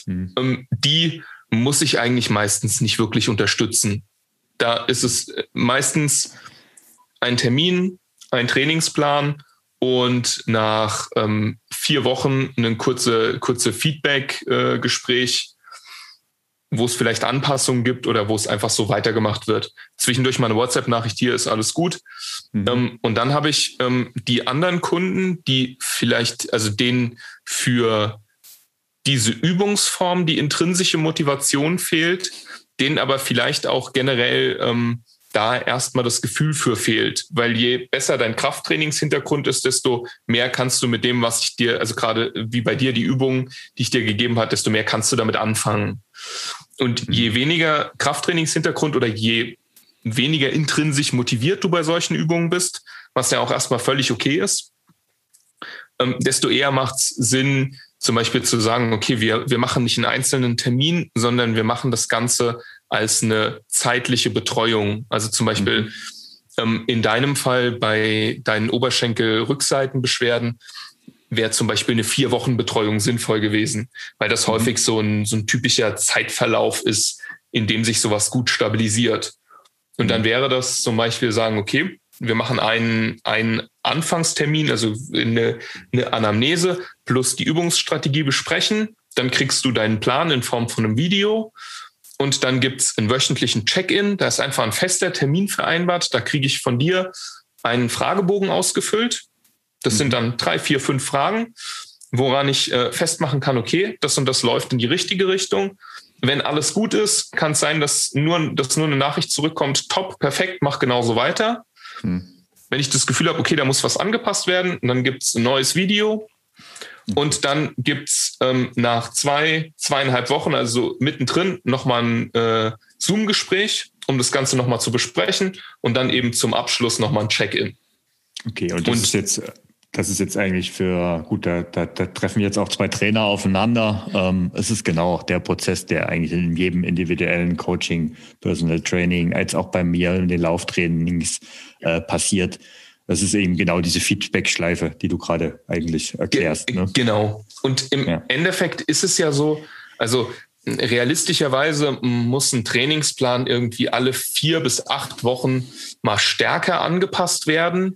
Die muss ich eigentlich meistens nicht wirklich unterstützen. Da ist es meistens ein Termin, ein Trainingsplan und nach 4 Wochen ein kurze Feedback-Gespräch, wo es vielleicht Anpassungen gibt oder wo es einfach so weitergemacht wird. Zwischendurch mal eine WhatsApp-Nachricht, hier ist alles gut. Und dann habe ich die anderen Kunden, die vielleicht, also denen für diese Übungsform die intrinsische Motivation fehlt, denen aber vielleicht auch generell da erstmal das Gefühl für fehlt. Weil je besser dein Krafttrainingshintergrund ist, desto mehr kannst du mit dem, was ich dir, also gerade wie bei dir die Übungen, die ich dir gegeben habe, desto mehr kannst du damit anfangen. Und je weniger Krafttrainingshintergrund oder je weniger intrinsisch motiviert du bei solchen Übungen bist, was ja auch erstmal völlig okay ist, desto eher macht es Sinn, zum Beispiel zu sagen, okay, wir machen nicht einen einzelnen Termin, sondern wir machen das Ganze als eine zeitliche Betreuung. Also zum Beispiel in deinem Fall bei deinen Oberschenkel-Rückseitenbeschwerden wäre zum Beispiel eine 4-Wochen-Betreuung sinnvoll gewesen, weil das häufig so ein typischer Zeitverlauf ist, in dem sich sowas gut stabilisiert. Und dann wäre das zum Beispiel sagen, okay, wir machen einen Anfangstermin, also eine Anamnese plus die Übungsstrategie besprechen. Dann kriegst du deinen Plan in Form von einem Video. Und dann gibt's einen wöchentlichen Check-in. Da ist einfach ein fester Termin vereinbart. Da kriege ich von dir einen Fragebogen ausgefüllt. Das sind dann 3, 4, 5 Fragen, woran ich festmachen kann, okay, das und das läuft in die richtige Richtung. Wenn alles gut ist, kann es sein, dass nur eine Nachricht zurückkommt, top, perfekt, mach genauso weiter. Wenn ich das Gefühl habe, okay, da muss was angepasst werden, dann gibt's ein neues Video. Und dann gibt's nach 2,5 Wochen, also mittendrin, nochmal ein Zoom-Gespräch, um das Ganze nochmal zu besprechen und dann eben zum Abschluss nochmal ein Check-in. Okay, und das ist jetzt eigentlich da treffen jetzt auch 2 Trainer aufeinander. Es ist genau auch der Prozess, der eigentlich in jedem individuellen Coaching, Personal Training, als auch bei mir in den Lauftrainings passiert. Das ist eben genau diese Feedback-Schleife, die du gerade eigentlich erklärst. Ne? Genau. Und im Endeffekt ist es ja so, also realistischerweise muss ein Trainingsplan irgendwie alle 4 bis 8 Wochen mal stärker angepasst werden.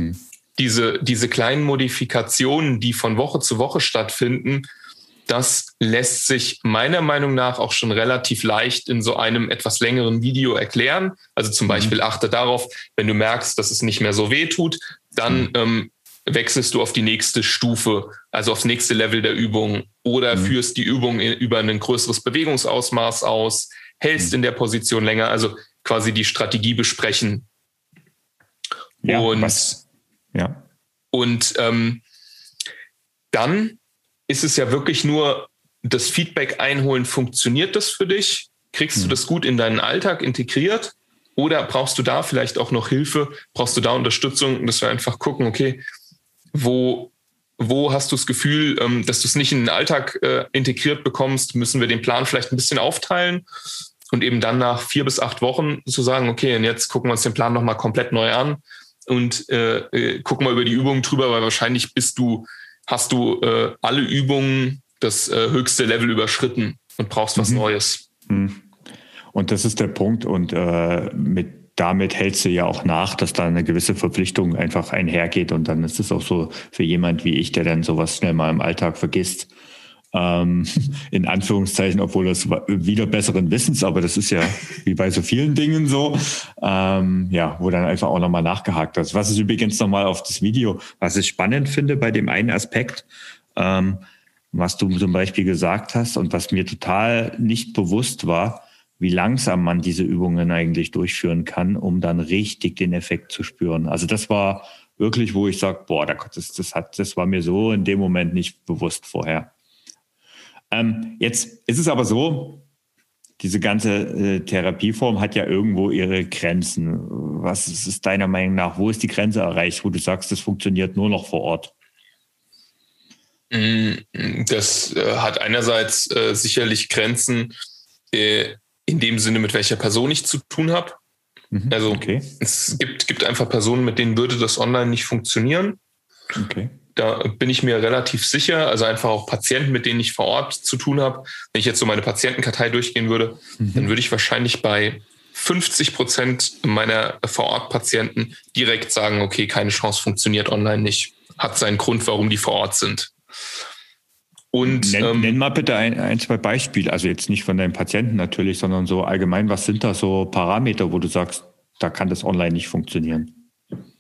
Diese kleinen Modifikationen, die von Woche zu Woche stattfinden, das lässt sich meiner Meinung nach auch schon relativ leicht in so einem etwas längeren Video erklären. Also zum Beispiel achte darauf, wenn du merkst, dass es nicht mehr so weh tut, dann wechselst du auf die nächste Stufe, also aufs nächste Level der Übung oder führst die Übung über ein größeres Bewegungsausmaß aus, hältst in der Position länger, also quasi die Strategie besprechen. Ja, dann ist es ja wirklich nur das Feedback einholen, funktioniert das für dich? Kriegst du das gut in deinen Alltag integriert? Oder brauchst du da vielleicht auch noch Hilfe? Brauchst du da Unterstützung? Dass wir einfach gucken, okay, wo hast du das Gefühl, dass du es nicht in den Alltag integriert bekommst? Müssen wir den Plan vielleicht ein bisschen aufteilen? Und eben dann nach 4 bis 8 Wochen zu sagen, okay, und jetzt gucken wir uns den Plan nochmal komplett neu an und gucken mal über die Übungen drüber, weil wahrscheinlich hast du alle Übungen das höchste Level überschritten und brauchst was Neues. Und das ist der Punkt. Und damit hältst du ja auch nach, dass da eine gewisse Verpflichtung einfach einhergeht. Und dann ist es auch so für jemand wie ich, der dann sowas schnell mal im Alltag vergisst, in Anführungszeichen, obwohl das wieder besseren Wissens, aber das ist ja wie bei so vielen Dingen so, wo dann einfach auch nochmal nachgehakt ist. Was ist übrigens nochmal auf das Video, was ich spannend finde bei dem einen Aspekt, was du zum Beispiel gesagt hast und was mir total nicht bewusst war, wie langsam man diese Übungen eigentlich durchführen kann, um dann richtig den Effekt zu spüren. Also das war wirklich, wo ich sage, das war mir so in dem Moment nicht bewusst vorher. Jetzt ist es aber so, diese ganze Therapieform hat ja irgendwo ihre Grenzen. Was ist deiner Meinung nach, wo ist die Grenze erreicht, wo du sagst, das funktioniert nur noch vor Ort? Das hat einerseits sicherlich Grenzen in dem Sinne, mit welcher Person ich zu tun habe. Also es gibt einfach Personen, mit denen würde das online nicht funktionieren. Okay. Da bin ich mir relativ sicher, also einfach auch Patienten, mit denen ich vor Ort zu tun habe. Wenn ich jetzt so meine Patientenkartei durchgehen würde, dann würde ich wahrscheinlich bei 50% meiner Vor-Ort-Patienten direkt sagen, okay, keine Chance, funktioniert online nicht. Hat seinen Grund, warum die vor Ort sind. Und nenn mal bitte ein, 2 Beispiele, also jetzt nicht von deinen Patienten natürlich, sondern so allgemein, was sind da so Parameter, wo du sagst, da kann das online nicht funktionieren?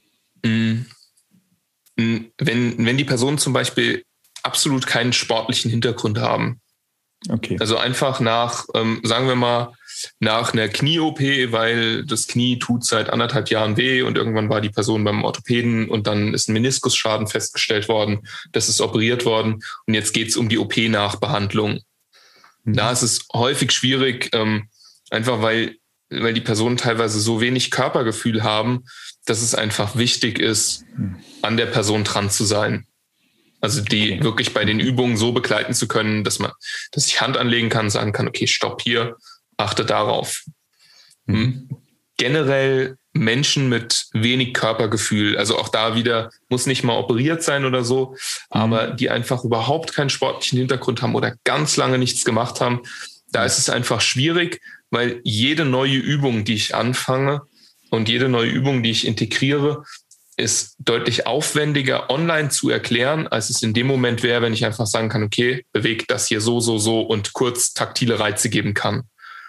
Wenn die Personen zum Beispiel absolut keinen sportlichen Hintergrund haben. Okay. Also einfach sagen wir mal, nach einer Knie-OP, weil das Knie tut seit 1,5 Jahren weh und irgendwann war die Person beim Orthopäden und dann ist ein Meniskusschaden festgestellt worden, das ist operiert worden und jetzt geht es um die OP-Nachbehandlung. Da ist es häufig schwierig, einfach weil weil die Personen teilweise so wenig Körpergefühl haben, dass es einfach wichtig ist, an der Person dran zu sein. Also die wirklich bei den Übungen so begleiten zu können, dass ich Hand anlegen kann, sagen kann, okay, stopp hier, achte darauf. Generell Menschen mit wenig Körpergefühl, also auch da wieder, muss nicht mal operiert sein oder so, aber die einfach überhaupt keinen sportlichen Hintergrund haben oder ganz lange nichts gemacht haben, da ist es einfach schwierig, weil jede neue Übung, die ich anfange und jede neue Übung, die ich integriere, ist deutlich aufwendiger online zu erklären, als es in dem Moment wäre, wenn ich einfach sagen kann, okay, bewege das hier so und kurz taktile Reize geben kann.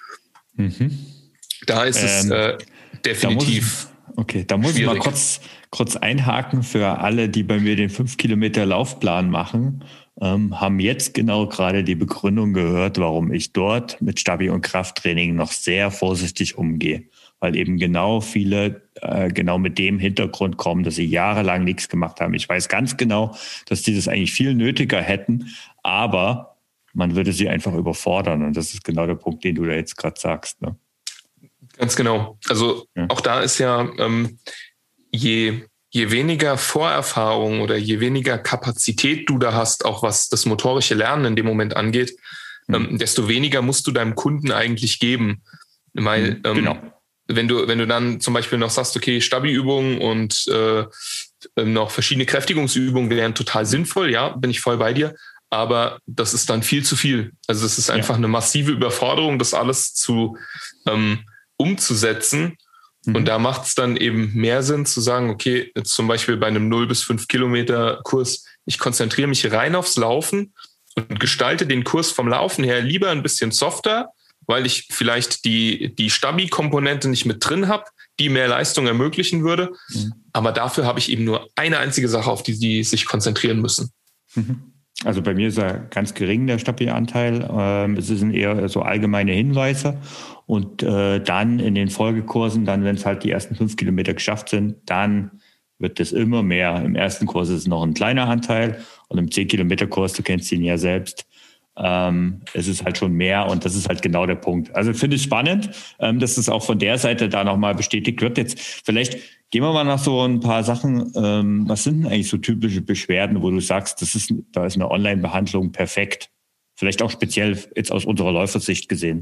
Da ist es definitiv. Da muss ich mal kurz einhaken für alle, die bei mir den 5 Kilometer Laufplan machen, haben jetzt genau gerade die Begründung gehört, warum ich dort mit Stabi- und Krafttraining noch sehr vorsichtig umgehe. Weil eben genau viele genau mit dem Hintergrund kommen, dass sie jahrelang nichts gemacht haben. Ich weiß ganz genau, dass die das eigentlich viel nötiger hätten, aber man würde sie einfach überfordern. Und das ist genau der Punkt, den du da jetzt gerade sagst. Ne? Ganz genau. Also auch da ist ja, je weniger Vorerfahrung oder je weniger Kapazität du da hast, auch was das motorische Lernen in dem Moment angeht, desto weniger musst du deinem Kunden eigentlich geben. Weil wenn du dann zum Beispiel noch sagst, okay, Stabi-Übungen und noch verschiedene Kräftigungsübungen wären total sinnvoll, ja, bin ich voll bei dir. Aber das ist dann viel zu viel. Also es ist einfach eine massive Überforderung, das alles umzusetzen. Und da macht es dann eben mehr Sinn zu sagen, okay, jetzt zum Beispiel bei einem 0 bis 5 Kilometer Kurs, ich konzentriere mich rein aufs Laufen und gestalte den Kurs vom Laufen her lieber ein bisschen softer, weil ich vielleicht die Stabi-Komponente nicht mit drin habe, die mehr Leistung ermöglichen würde. Aber dafür habe ich eben nur eine einzige Sache, auf die sich konzentrieren müssen. Also bei mir ist er ganz gering, der Stabi-Anteil. Es sind eher so allgemeine Hinweise. Und dann in den Folgekursen, dann, wenn es halt die ersten 5 Kilometer geschafft sind, dann wird das immer mehr. Im ersten Kurs ist es noch ein kleiner Anteil und im 10-Kilometer-Kurs, du kennst ihn ja selbst, es ist halt schon mehr und das ist halt genau der Punkt. Also finde ich spannend, dass es auch von der Seite da nochmal bestätigt wird. Jetzt vielleicht gehen wir mal nach so ein paar Sachen. Was sind denn eigentlich so typische Beschwerden, wo du sagst, da ist eine Online-Behandlung perfekt? Vielleicht auch speziell jetzt aus unserer Läufersicht gesehen.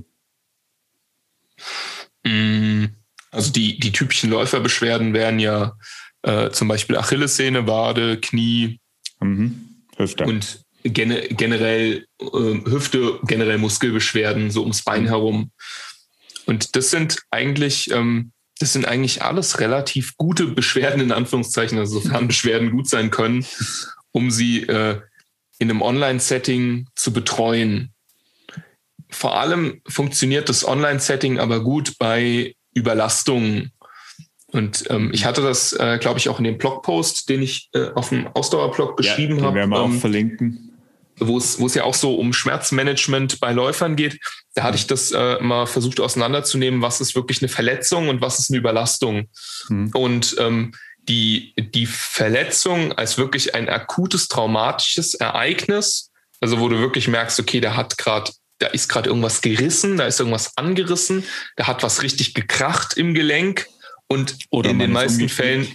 Also die typischen Läuferbeschwerden wären ja zum Beispiel Achillessehne, Wade, Knie, Hüfte und generell Hüfte, generell Muskelbeschwerden so ums Bein herum. Und das sind eigentlich alles relativ gute Beschwerden in Anführungszeichen, also sofern Beschwerden gut sein können, um sie in einem Online-Setting zu betreuen. Vor allem funktioniert das Online-Setting aber gut bei Überlastungen. Und ich hatte das, glaube ich, auch in dem Blogpost, den ich auf dem Ausdauerblog geschrieben habe. Den werden wir auch verlinken. Wo es ja auch so um Schmerzmanagement bei Läufern geht. Da hatte ich das mal versucht auseinanderzunehmen, was ist wirklich eine Verletzung und was ist eine Überlastung. Und die Verletzung als wirklich ein akutes traumatisches Ereignis, also wo du wirklich merkst, okay, da ist gerade irgendwas gerissen, da ist irgendwas angerissen, da hat was richtig gekracht im Gelenk und in den meisten Fällen,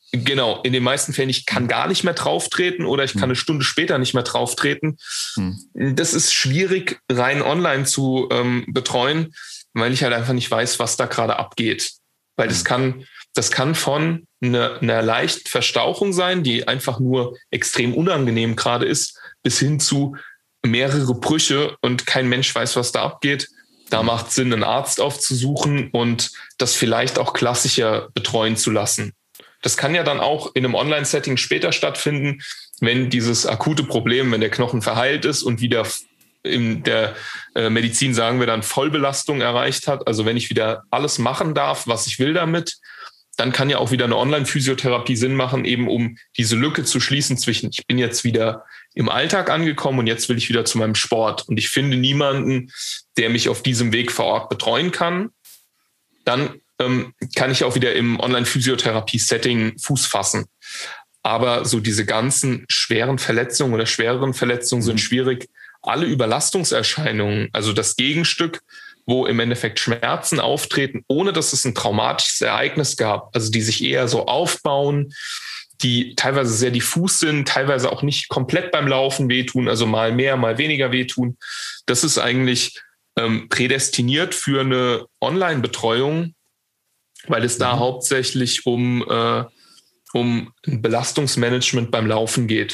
ich kann gar nicht mehr drauftreten oder ich kann eine Stunde später nicht mehr drauftreten. Das ist schwierig, rein online zu betreuen, weil ich halt einfach nicht weiß, was da gerade abgeht. Weil das kann von einer leichten Verstauchung sein, die einfach nur extrem unangenehm gerade ist, bis hin zu mehrere Brüche und kein Mensch weiß, was da abgeht. Da macht es Sinn, einen Arzt aufzusuchen und das vielleicht auch klassischer betreuen zu lassen. Das kann ja dann auch in einem Online-Setting später stattfinden, wenn dieses akute Problem, wenn der Knochen verheilt ist und wieder in der Medizin sagen wir dann Vollbelastung erreicht hat. Also wenn ich wieder alles machen darf, was ich will damit, dann kann ja auch wieder eine Online-Physiotherapie Sinn machen, eben um diese Lücke zu schließen zwischen, ich bin jetzt wieder im Alltag angekommen und jetzt will ich wieder zu meinem Sport. Und ich finde niemanden, der mich auf diesem Weg vor Ort betreuen kann. Dann kann ich auch wieder im Online-Physiotherapie-Setting Fuß fassen. Aber so diese ganzen schweren Verletzungen oder schwereren Verletzungen sind schwierig. Alle Überlastungserscheinungen, also das Gegenstück, wo im Endeffekt Schmerzen auftreten, ohne dass es ein traumatisches Ereignis gab, also die sich eher so aufbauen, die teilweise sehr diffus sind, teilweise auch nicht komplett beim Laufen wehtun, also mal mehr, mal weniger wehtun. Das ist eigentlich prädestiniert für eine Online-Betreuung, weil es da hauptsächlich um ein Belastungsmanagement beim Laufen geht.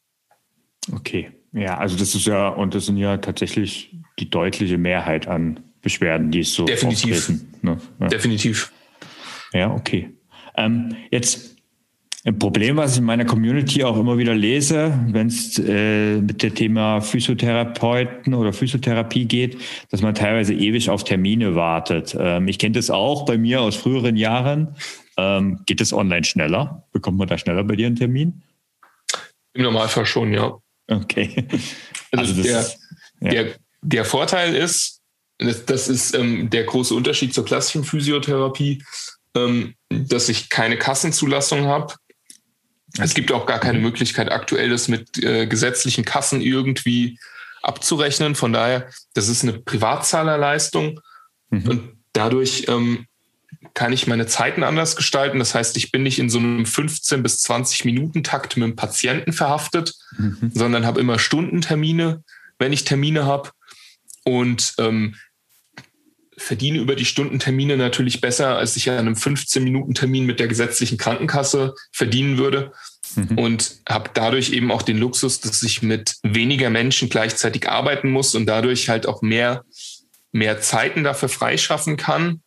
Okay, ja, also das sind ja tatsächlich die deutliche Mehrheit an Beschwerden, die es so auftreten. Ne? Ja. Definitiv. Ja, okay. Jetzt ein Problem, was ich in meiner Community auch immer wieder lese, wenn es mit dem Thema Physiotherapeuten oder Physiotherapie geht, dass man teilweise ewig auf Termine wartet. Ich kenne das auch bei mir aus früheren Jahren. Geht es online schneller? Bekommt man da schneller bei dir einen Termin? Im Normalfall schon, ja. Okay. Also der Vorteil ist, das ist der große Unterschied zur klassischen Physiotherapie, dass ich keine Kassenzulassung habe. Es gibt auch gar keine Möglichkeit, aktuell das mit gesetzlichen Kassen irgendwie abzurechnen. Von daher, das ist eine Privatzahlerleistung und dadurch kann ich meine Zeiten anders gestalten. Das heißt, ich bin nicht in so einem 15 bis 20 Minuten Takt mit dem Patienten verhaftet, sondern habe immer Stundentermine, wenn ich Termine habe und verdiene über die Stundentermine natürlich besser, als ich an einem 15-Minuten-Termin mit der gesetzlichen Krankenkasse verdienen würde und habe dadurch eben auch den Luxus, dass ich mit weniger Menschen gleichzeitig arbeiten muss und dadurch halt auch mehr Zeiten dafür freischaffen kann,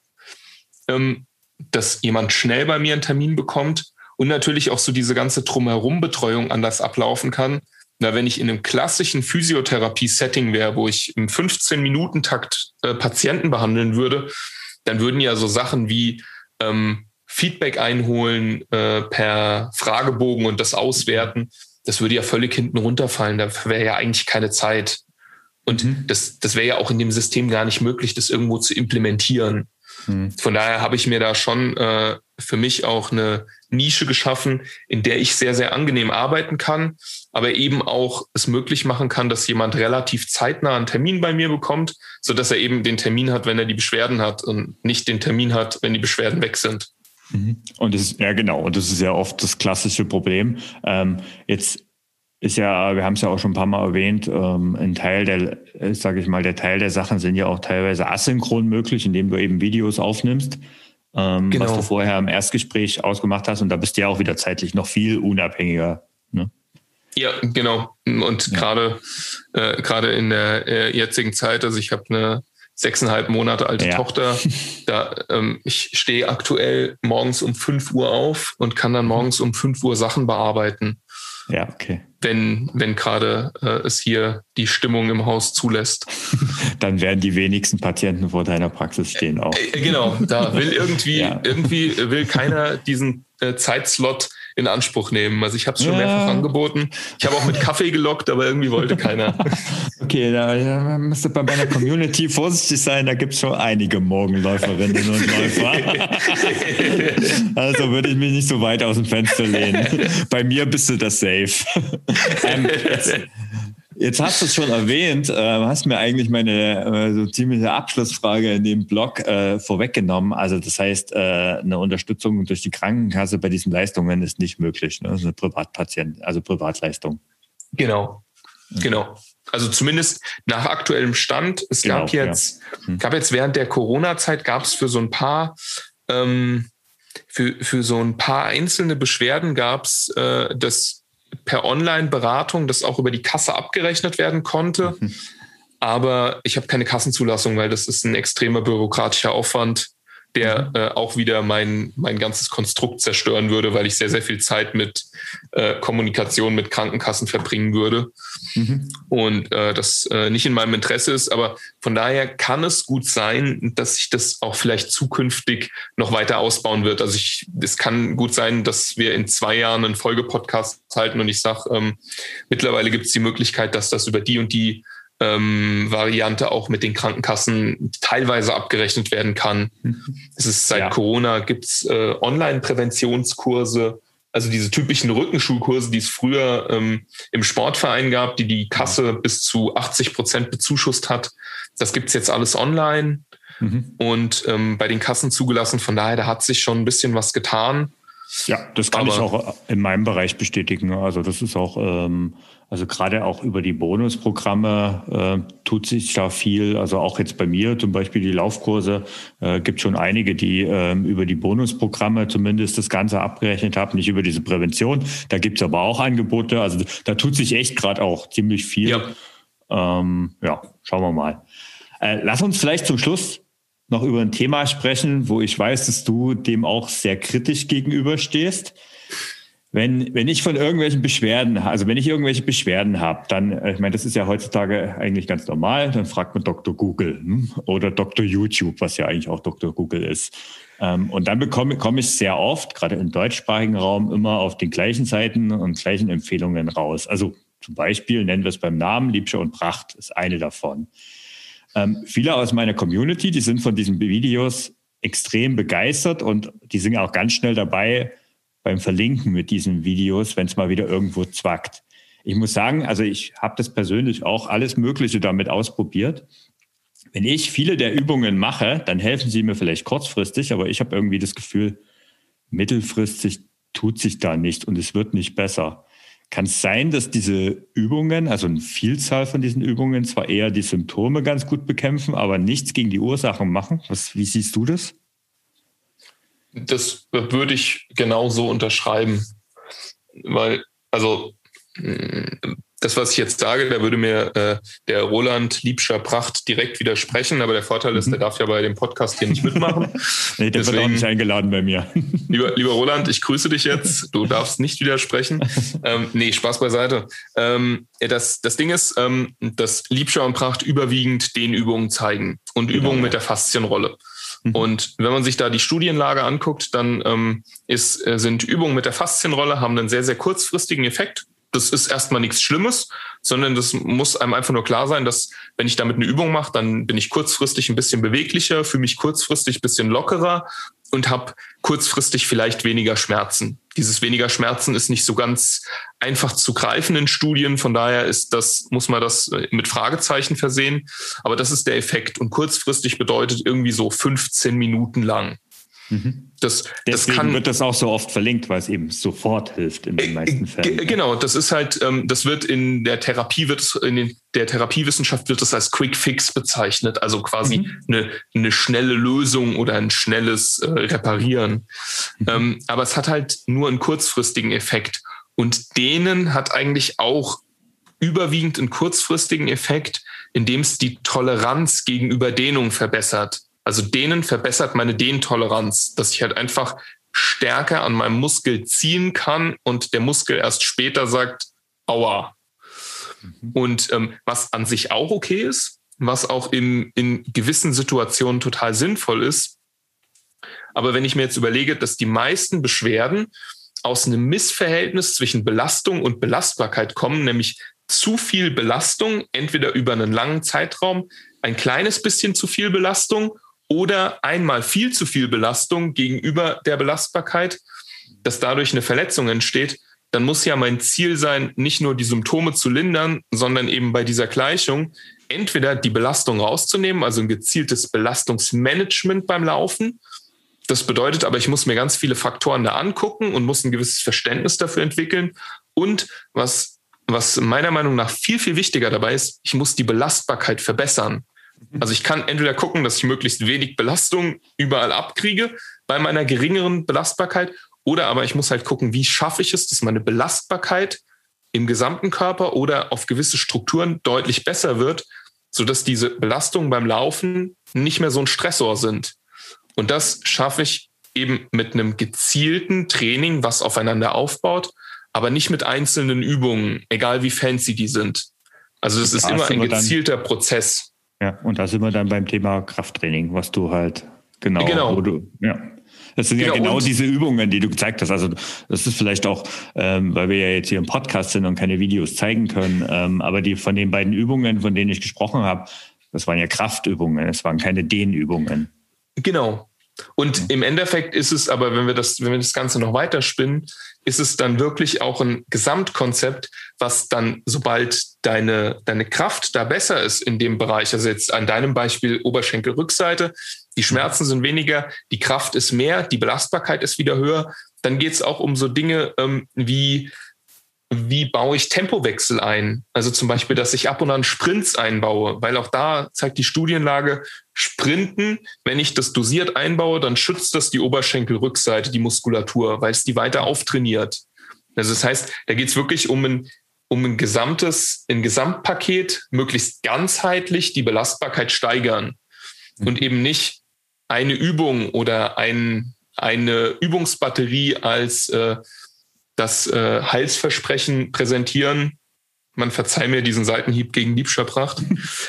dass jemand schnell bei mir einen Termin bekommt und natürlich auch so diese ganze Drumherum-Betreuung anders ablaufen kann. Na, wenn ich in einem klassischen Physiotherapie-Setting wäre, wo ich im 15-Minuten-Takt Patienten behandeln würde, dann würden ja so Sachen wie Feedback einholen per Fragebogen und das auswerten, das würde ja völlig hinten runterfallen. Dafür wäre ja eigentlich keine Zeit. Und das wäre ja auch in dem System gar nicht möglich, das irgendwo zu implementieren. Von daher habe ich mir da schon für mich auch eine Nische geschaffen, in der ich sehr, sehr angenehm arbeiten kann, aber eben auch es möglich machen kann, dass jemand relativ zeitnah einen Termin bei mir bekommt, sodass er eben den Termin hat, wenn er die Beschwerden hat und nicht den Termin hat, wenn die Beschwerden weg sind. Und das ist, ja genau, und das ist ja oft das klassische Problem. Jetzt ist ja, wir haben es ja auch schon ein paar Mal erwähnt, ein Teil der Teil der Sachen sind ja auch teilweise asynchron möglich, indem du eben Videos aufnimmst, was du vorher im Erstgespräch ausgemacht hast, und da bist du ja auch wieder zeitlich noch viel unabhängiger. Ne? Ja, genau. Und gerade in der jetzigen Zeit, also ich habe eine 6,5 Monate alte Tochter, ich stehe aktuell morgens um 5 Uhr auf und kann dann morgens um 5 Uhr Sachen bearbeiten. Ja, okay. Wenn gerade es hier die Stimmung im Haus zulässt. Dann werden die wenigsten Patienten vor deiner Praxis stehen auch. Genau, da will irgendwie will keiner diesen Zeitslot in Anspruch nehmen. Also ich habe es schon mehrfach angeboten. Ich habe auch mit Kaffee gelockt, aber irgendwie wollte keiner. Okay, da müsst ihr bei meiner Community vorsichtig sein. Da gibt es schon einige Morgenläuferinnen und Läufer. Also würde ich mich nicht so weit aus dem Fenster lehnen. Bei mir bist du das safe. Jetzt hast du es schon erwähnt, hast mir eigentlich meine so ziemliche Abschlussfrage in dem Blog vorweggenommen. Also das heißt, eine Unterstützung durch die Krankenkasse bei diesen Leistungen ist nicht möglich. Ne? Das ist eine Privatleistung. Genau. Also zumindest nach aktuellem Stand. Es gab jetzt während der Corona-Zeit gab es für so ein paar für so ein paar einzelne Beschwerden gab es das per Online-Beratung, das auch über die Kasse abgerechnet werden konnte. Aber ich habe keine Kassenzulassung, weil das ist ein extremer bürokratischer Aufwand, der auch wieder mein ganzes Konstrukt zerstören würde, weil ich sehr, sehr viel Zeit mit Kommunikation mit Krankenkassen verbringen würde. Und das nicht in meinem Interesse ist. Aber von daher kann es gut sein, dass sich das auch vielleicht zukünftig noch weiter ausbauen wird. Also es kann gut sein, dass wir in 2 Jahren einen Folgepodcast halten und ich sage, mittlerweile gibt es die Möglichkeit, dass das über die und die Variante auch mit den Krankenkassen teilweise abgerechnet werden kann. Es ist seit Corona gibt's Online-Präventionskurse, also diese typischen Rückenschulkurse, die es früher im Sportverein gab, die Kasse bis zu 80% bezuschusst hat. Das gibt's jetzt alles online und bei den Kassen zugelassen. Von daher, da hat sich schon ein bisschen was getan. Ja, das kann ich auch in meinem Bereich bestätigen. Also das ist auch, also gerade auch über die Bonusprogramme tut sich da viel. Also auch jetzt bei mir zum Beispiel die Laufkurse, gibt schon einige, die über die Bonusprogramme zumindest das Ganze abgerechnet haben, nicht über diese Prävention. Da gibt's aber auch Angebote. Also da tut sich echt gerade auch ziemlich viel. Ja, schauen wir mal. Lass uns vielleicht zum Schluss noch über ein Thema sprechen, wo ich weiß, dass du dem auch sehr kritisch gegenüberstehst. Wenn ich von irgendwelchen Beschwerden, also wenn ich irgendwelche Beschwerden habe, dann, ich meine, das ist ja heutzutage eigentlich ganz normal, dann fragt man Dr. Google oder Dr. YouTube, was ja eigentlich auch Dr. Google ist. Und dann komme ich sehr oft, gerade im deutschsprachigen Raum, immer auf den gleichen Seiten und gleichen Empfehlungen raus. Also zum Beispiel, nennen wir es beim Namen, Liebscher und Pracht ist eine davon. Viele aus meiner Community, die sind von diesen Videos extrem begeistert und die sind auch ganz schnell dabei beim Verlinken mit diesen Videos, wenn es mal wieder irgendwo zwackt. Ich muss sagen, also ich habe das persönlich auch alles Mögliche damit ausprobiert. Wenn ich viele der Übungen mache, dann helfen sie mir vielleicht kurzfristig, aber ich habe irgendwie das Gefühl, mittelfristig tut sich da nicht und es wird nicht besser. Kann es sein, dass diese Übungen, also eine Vielzahl von diesen Übungen, zwar eher die Symptome ganz gut bekämpfen, aber nichts gegen die Ursachen machen? Wie siehst du das? Das würde ich genauso unterschreiben. Weil, also das, was ich jetzt sage, da würde mir der Roland Liebscher Pracht direkt widersprechen, aber der Vorteil ist, der darf ja bei dem Podcast hier nicht mitmachen. Nee, der wird auch nicht eingeladen bei mir. Lieber Roland, ich grüße dich jetzt. Du darfst nicht widersprechen. Nee, Spaß beiseite. Das Ding ist, dass Liebscher und Pracht überwiegend Dehnübungen zeigen und Übungen mit der Faszienrolle. Und wenn man sich da die Studienlage anguckt, dann sind Übungen mit der Faszienrolle, haben einen sehr, sehr kurzfristigen Effekt. Das ist erstmal nichts Schlimmes, sondern das muss einem einfach nur klar sein, dass wenn ich damit eine Übung mache, dann bin ich kurzfristig ein bisschen beweglicher, fühle mich kurzfristig ein bisschen lockerer und habe kurzfristig vielleicht weniger Schmerzen. Dieses weniger Schmerzen ist nicht so ganz einfach zu greifen in Studien, von daher muss man das mit Fragezeichen versehen, aber das ist der Effekt und kurzfristig bedeutet irgendwie so 15 Minuten lang. Deswegen wird das auch so oft verlinkt, weil es eben sofort hilft in den meisten Fällen. Genau, das ist halt, das wird in der Therapiewissenschaft wird das als Quick Fix bezeichnet, also quasi eine schnelle Lösung oder ein schnelles Reparieren. Aber es hat halt nur einen kurzfristigen Effekt und Dehnen hat eigentlich auch überwiegend einen kurzfristigen Effekt, indem es die Toleranz gegenüber Dehnung verbessert. Also Dehnen verbessert meine Dehntoleranz, dass ich halt einfach stärker an meinem Muskel ziehen kann und der Muskel erst später sagt, aua. Und was an sich auch okay ist, was auch in gewissen Situationen total sinnvoll ist, aber wenn ich mir jetzt überlege, dass die meisten Beschwerden aus einem Missverhältnis zwischen Belastung und Belastbarkeit kommen, nämlich zu viel Belastung, entweder über einen langen Zeitraum, ein kleines bisschen zu viel Belastung oder einmal viel zu viel Belastung gegenüber der Belastbarkeit, dass dadurch eine Verletzung entsteht, dann muss ja mein Ziel sein, nicht nur die Symptome zu lindern, sondern eben bei dieser Gleichung entweder die Belastung rauszunehmen, also ein gezieltes Belastungsmanagement beim Laufen. Das bedeutet aber, ich muss mir ganz viele Faktoren da angucken und muss ein gewisses Verständnis dafür entwickeln. Und was meiner Meinung nach viel, viel wichtiger dabei ist, ich muss die Belastbarkeit verbessern. Also ich kann entweder gucken, dass ich möglichst wenig Belastung überall abkriege bei meiner geringeren Belastbarkeit, oder aber ich muss halt gucken, wie schaffe ich es, dass meine Belastbarkeit im gesamten Körper oder auf gewisse Strukturen deutlich besser wird, sodass diese Belastungen beim Laufen nicht mehr so ein Stressor sind. Und das schaffe ich eben mit einem gezielten Training, was aufeinander aufbaut, aber nicht mit einzelnen Übungen, egal wie fancy die sind. Also das ist immer ein gezielter Prozess. Ja, und da sind wir dann beim Thema Krafttraining, was du halt genau. Das sind ja genau diese Übungen, die du gezeigt hast. Also das ist vielleicht auch, weil wir ja jetzt hier im Podcast sind und keine Videos zeigen können, aber die von den beiden Übungen, von denen ich gesprochen habe, das waren ja Kraftübungen, es waren keine Dehnübungen. Genau. Und im Endeffekt ist es aber, wenn wir das Ganze noch weiter spinnen, ist es dann wirklich auch ein Gesamtkonzept, was dann, sobald deine Kraft da besser ist in dem Bereich, also jetzt an deinem Beispiel Oberschenkelrückseite, die Schmerzen sind weniger, die Kraft ist mehr, die Belastbarkeit ist wieder höher, dann geht es auch um so Dinge wie baue ich Tempowechsel ein? Also zum Beispiel, dass ich ab und an Sprints einbaue, weil auch da zeigt die Studienlage, Sprinten, wenn ich das dosiert einbaue, dann schützt das die Oberschenkelrückseite, die Muskulatur, weil es die weiter auftrainiert. Also das heißt, da geht es wirklich um ein Gesamtpaket, möglichst ganzheitlich die Belastbarkeit steigern und eben nicht eine Übung oder eine Übungsbatterie als das Heilsversprechen präsentieren. Man verzeih mir diesen Seitenhieb gegen Liebscherpracht.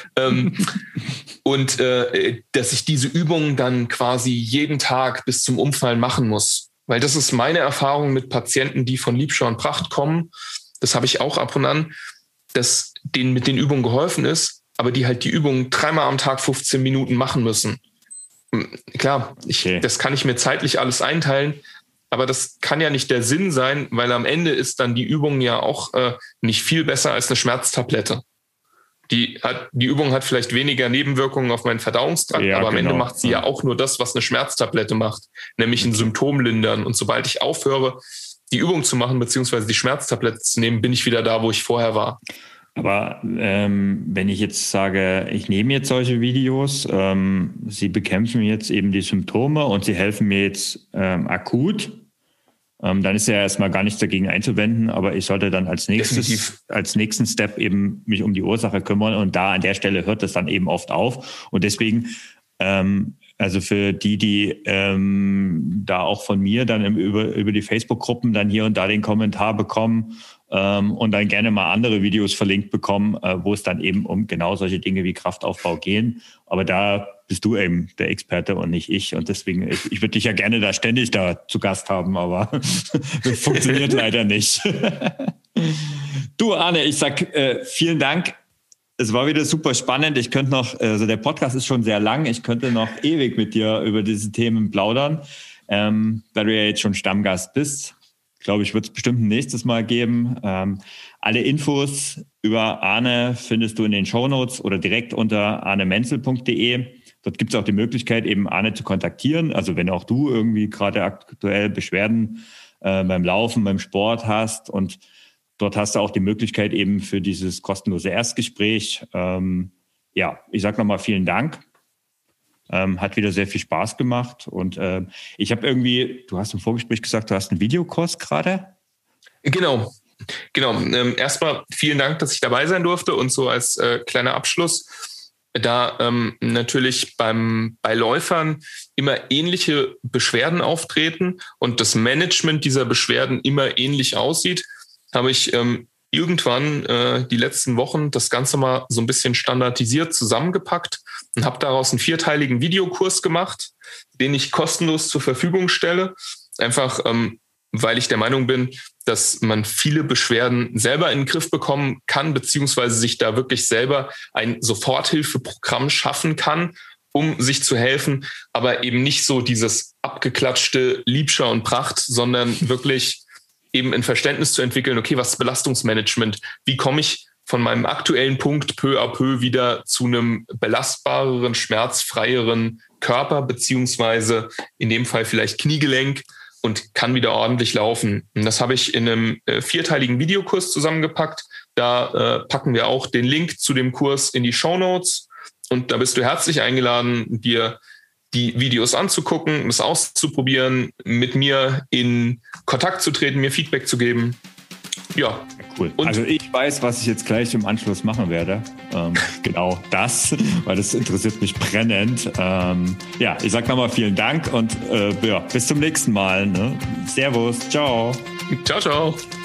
Und dass ich diese Übungen dann quasi jeden Tag bis zum Umfallen machen muss. Weil das ist meine Erfahrung mit Patienten, die von Liebscher und Pracht kommen. Das habe ich auch ab und an, dass denen mit den Übungen geholfen ist, aber die halt die Übungen 3-mal am Tag 15 Minuten machen müssen. Klar, das kann ich mir zeitlich alles einteilen, aber das kann ja nicht der Sinn sein, weil am Ende ist dann die Übung ja auch nicht viel besser als eine Schmerztablette. Die Übung hat vielleicht weniger Nebenwirkungen auf meinen Verdauungstrakt, aber am Ende macht sie ja auch nur das, was eine Schmerztablette macht, nämlich ein Symptom lindern. Und sobald ich aufhöre, die Übung zu machen, beziehungsweise die Schmerztablette zu nehmen, bin ich wieder da, wo ich vorher war. Aber wenn ich jetzt sage, ich nehme jetzt solche Videos, Sie bekämpfen jetzt eben die Symptome und Sie helfen mir jetzt akut, dann ist ja erstmal gar nichts dagegen einzuwenden, aber ich sollte dann als nächsten Step eben mich um die Ursache kümmern und da an der Stelle hört das dann eben oft auf. Und deswegen, also für die da auch von mir dann über die Facebook-Gruppen dann hier und da den Kommentar bekommen, und dann gerne mal andere Videos verlinkt bekommen, wo es dann eben um genau solche Dinge wie Kraftaufbau gehen. Aber da bist du eben der Experte und nicht ich. Und deswegen, ich würde dich ja gerne da ständig da zu Gast haben, aber das funktioniert leider nicht. Du, Arne, ich sag vielen Dank. Es war wieder super spannend. Ich könnte noch, also der Podcast ist schon sehr lang. Ich könnte noch ewig mit dir über diese Themen plaudern, da du ja jetzt schon Stammgast bist. Ich glaube, ich würde es bestimmt ein nächstes Mal geben. Alle Infos über Arne findest du in den Shownotes oder direkt unter arnemenzel.de. Dort gibt es auch die Möglichkeit, eben Arne zu kontaktieren. Also wenn auch du irgendwie gerade aktuell Beschwerden beim Laufen, beim Sport hast. Und dort hast du auch die Möglichkeit eben für dieses kostenlose Erstgespräch. Ja, ich sage nochmal vielen Dank. Hat wieder sehr viel Spaß gemacht. Und ich habe irgendwie, du hast im Vorgespräch gesagt, du hast einen Videokurs gerade? Genau. Erstmal vielen Dank, dass ich dabei sein durfte. Und so als kleiner Abschluss, da natürlich bei Läufern immer ähnliche Beschwerden auftreten und das Management dieser Beschwerden immer ähnlich aussieht, habe ich irgendwann die letzten Wochen das Ganze mal so ein bisschen standardisiert zusammengepackt und habe daraus einen 4-teiligen Videokurs gemacht, den ich kostenlos zur Verfügung stelle. Einfach, weil ich der Meinung bin, dass man viele Beschwerden selber in den Griff bekommen kann, beziehungsweise sich da wirklich selber ein Soforthilfeprogramm schaffen kann, um sich zu helfen, aber eben nicht so dieses abgeklatschte Liebscher und Pracht, sondern wirklich eben ein Verständnis zu entwickeln, okay, was ist Belastungsmanagement? Wie komme ich von meinem aktuellen Punkt peu à peu wieder zu einem belastbareren, schmerzfreieren Körper, beziehungsweise in dem Fall vielleicht Kniegelenk und kann wieder ordentlich laufen. Und das habe ich in einem 4-teiligen Videokurs zusammengepackt. Da packen wir auch den Link zu dem Kurs in die Shownotes. Und da bist du herzlich eingeladen, dir die Videos anzugucken, es auszuprobieren, mit mir in Kontakt zu treten, mir Feedback zu geben. Ja, cool. Und also ich weiß, was ich jetzt gleich im Anschluss machen werde. Genau das, weil das interessiert mich brennend. Ja, ich sage nochmal vielen Dank und ja, bis zum nächsten Mal. Ne? Servus, ciao. Ciao, ciao.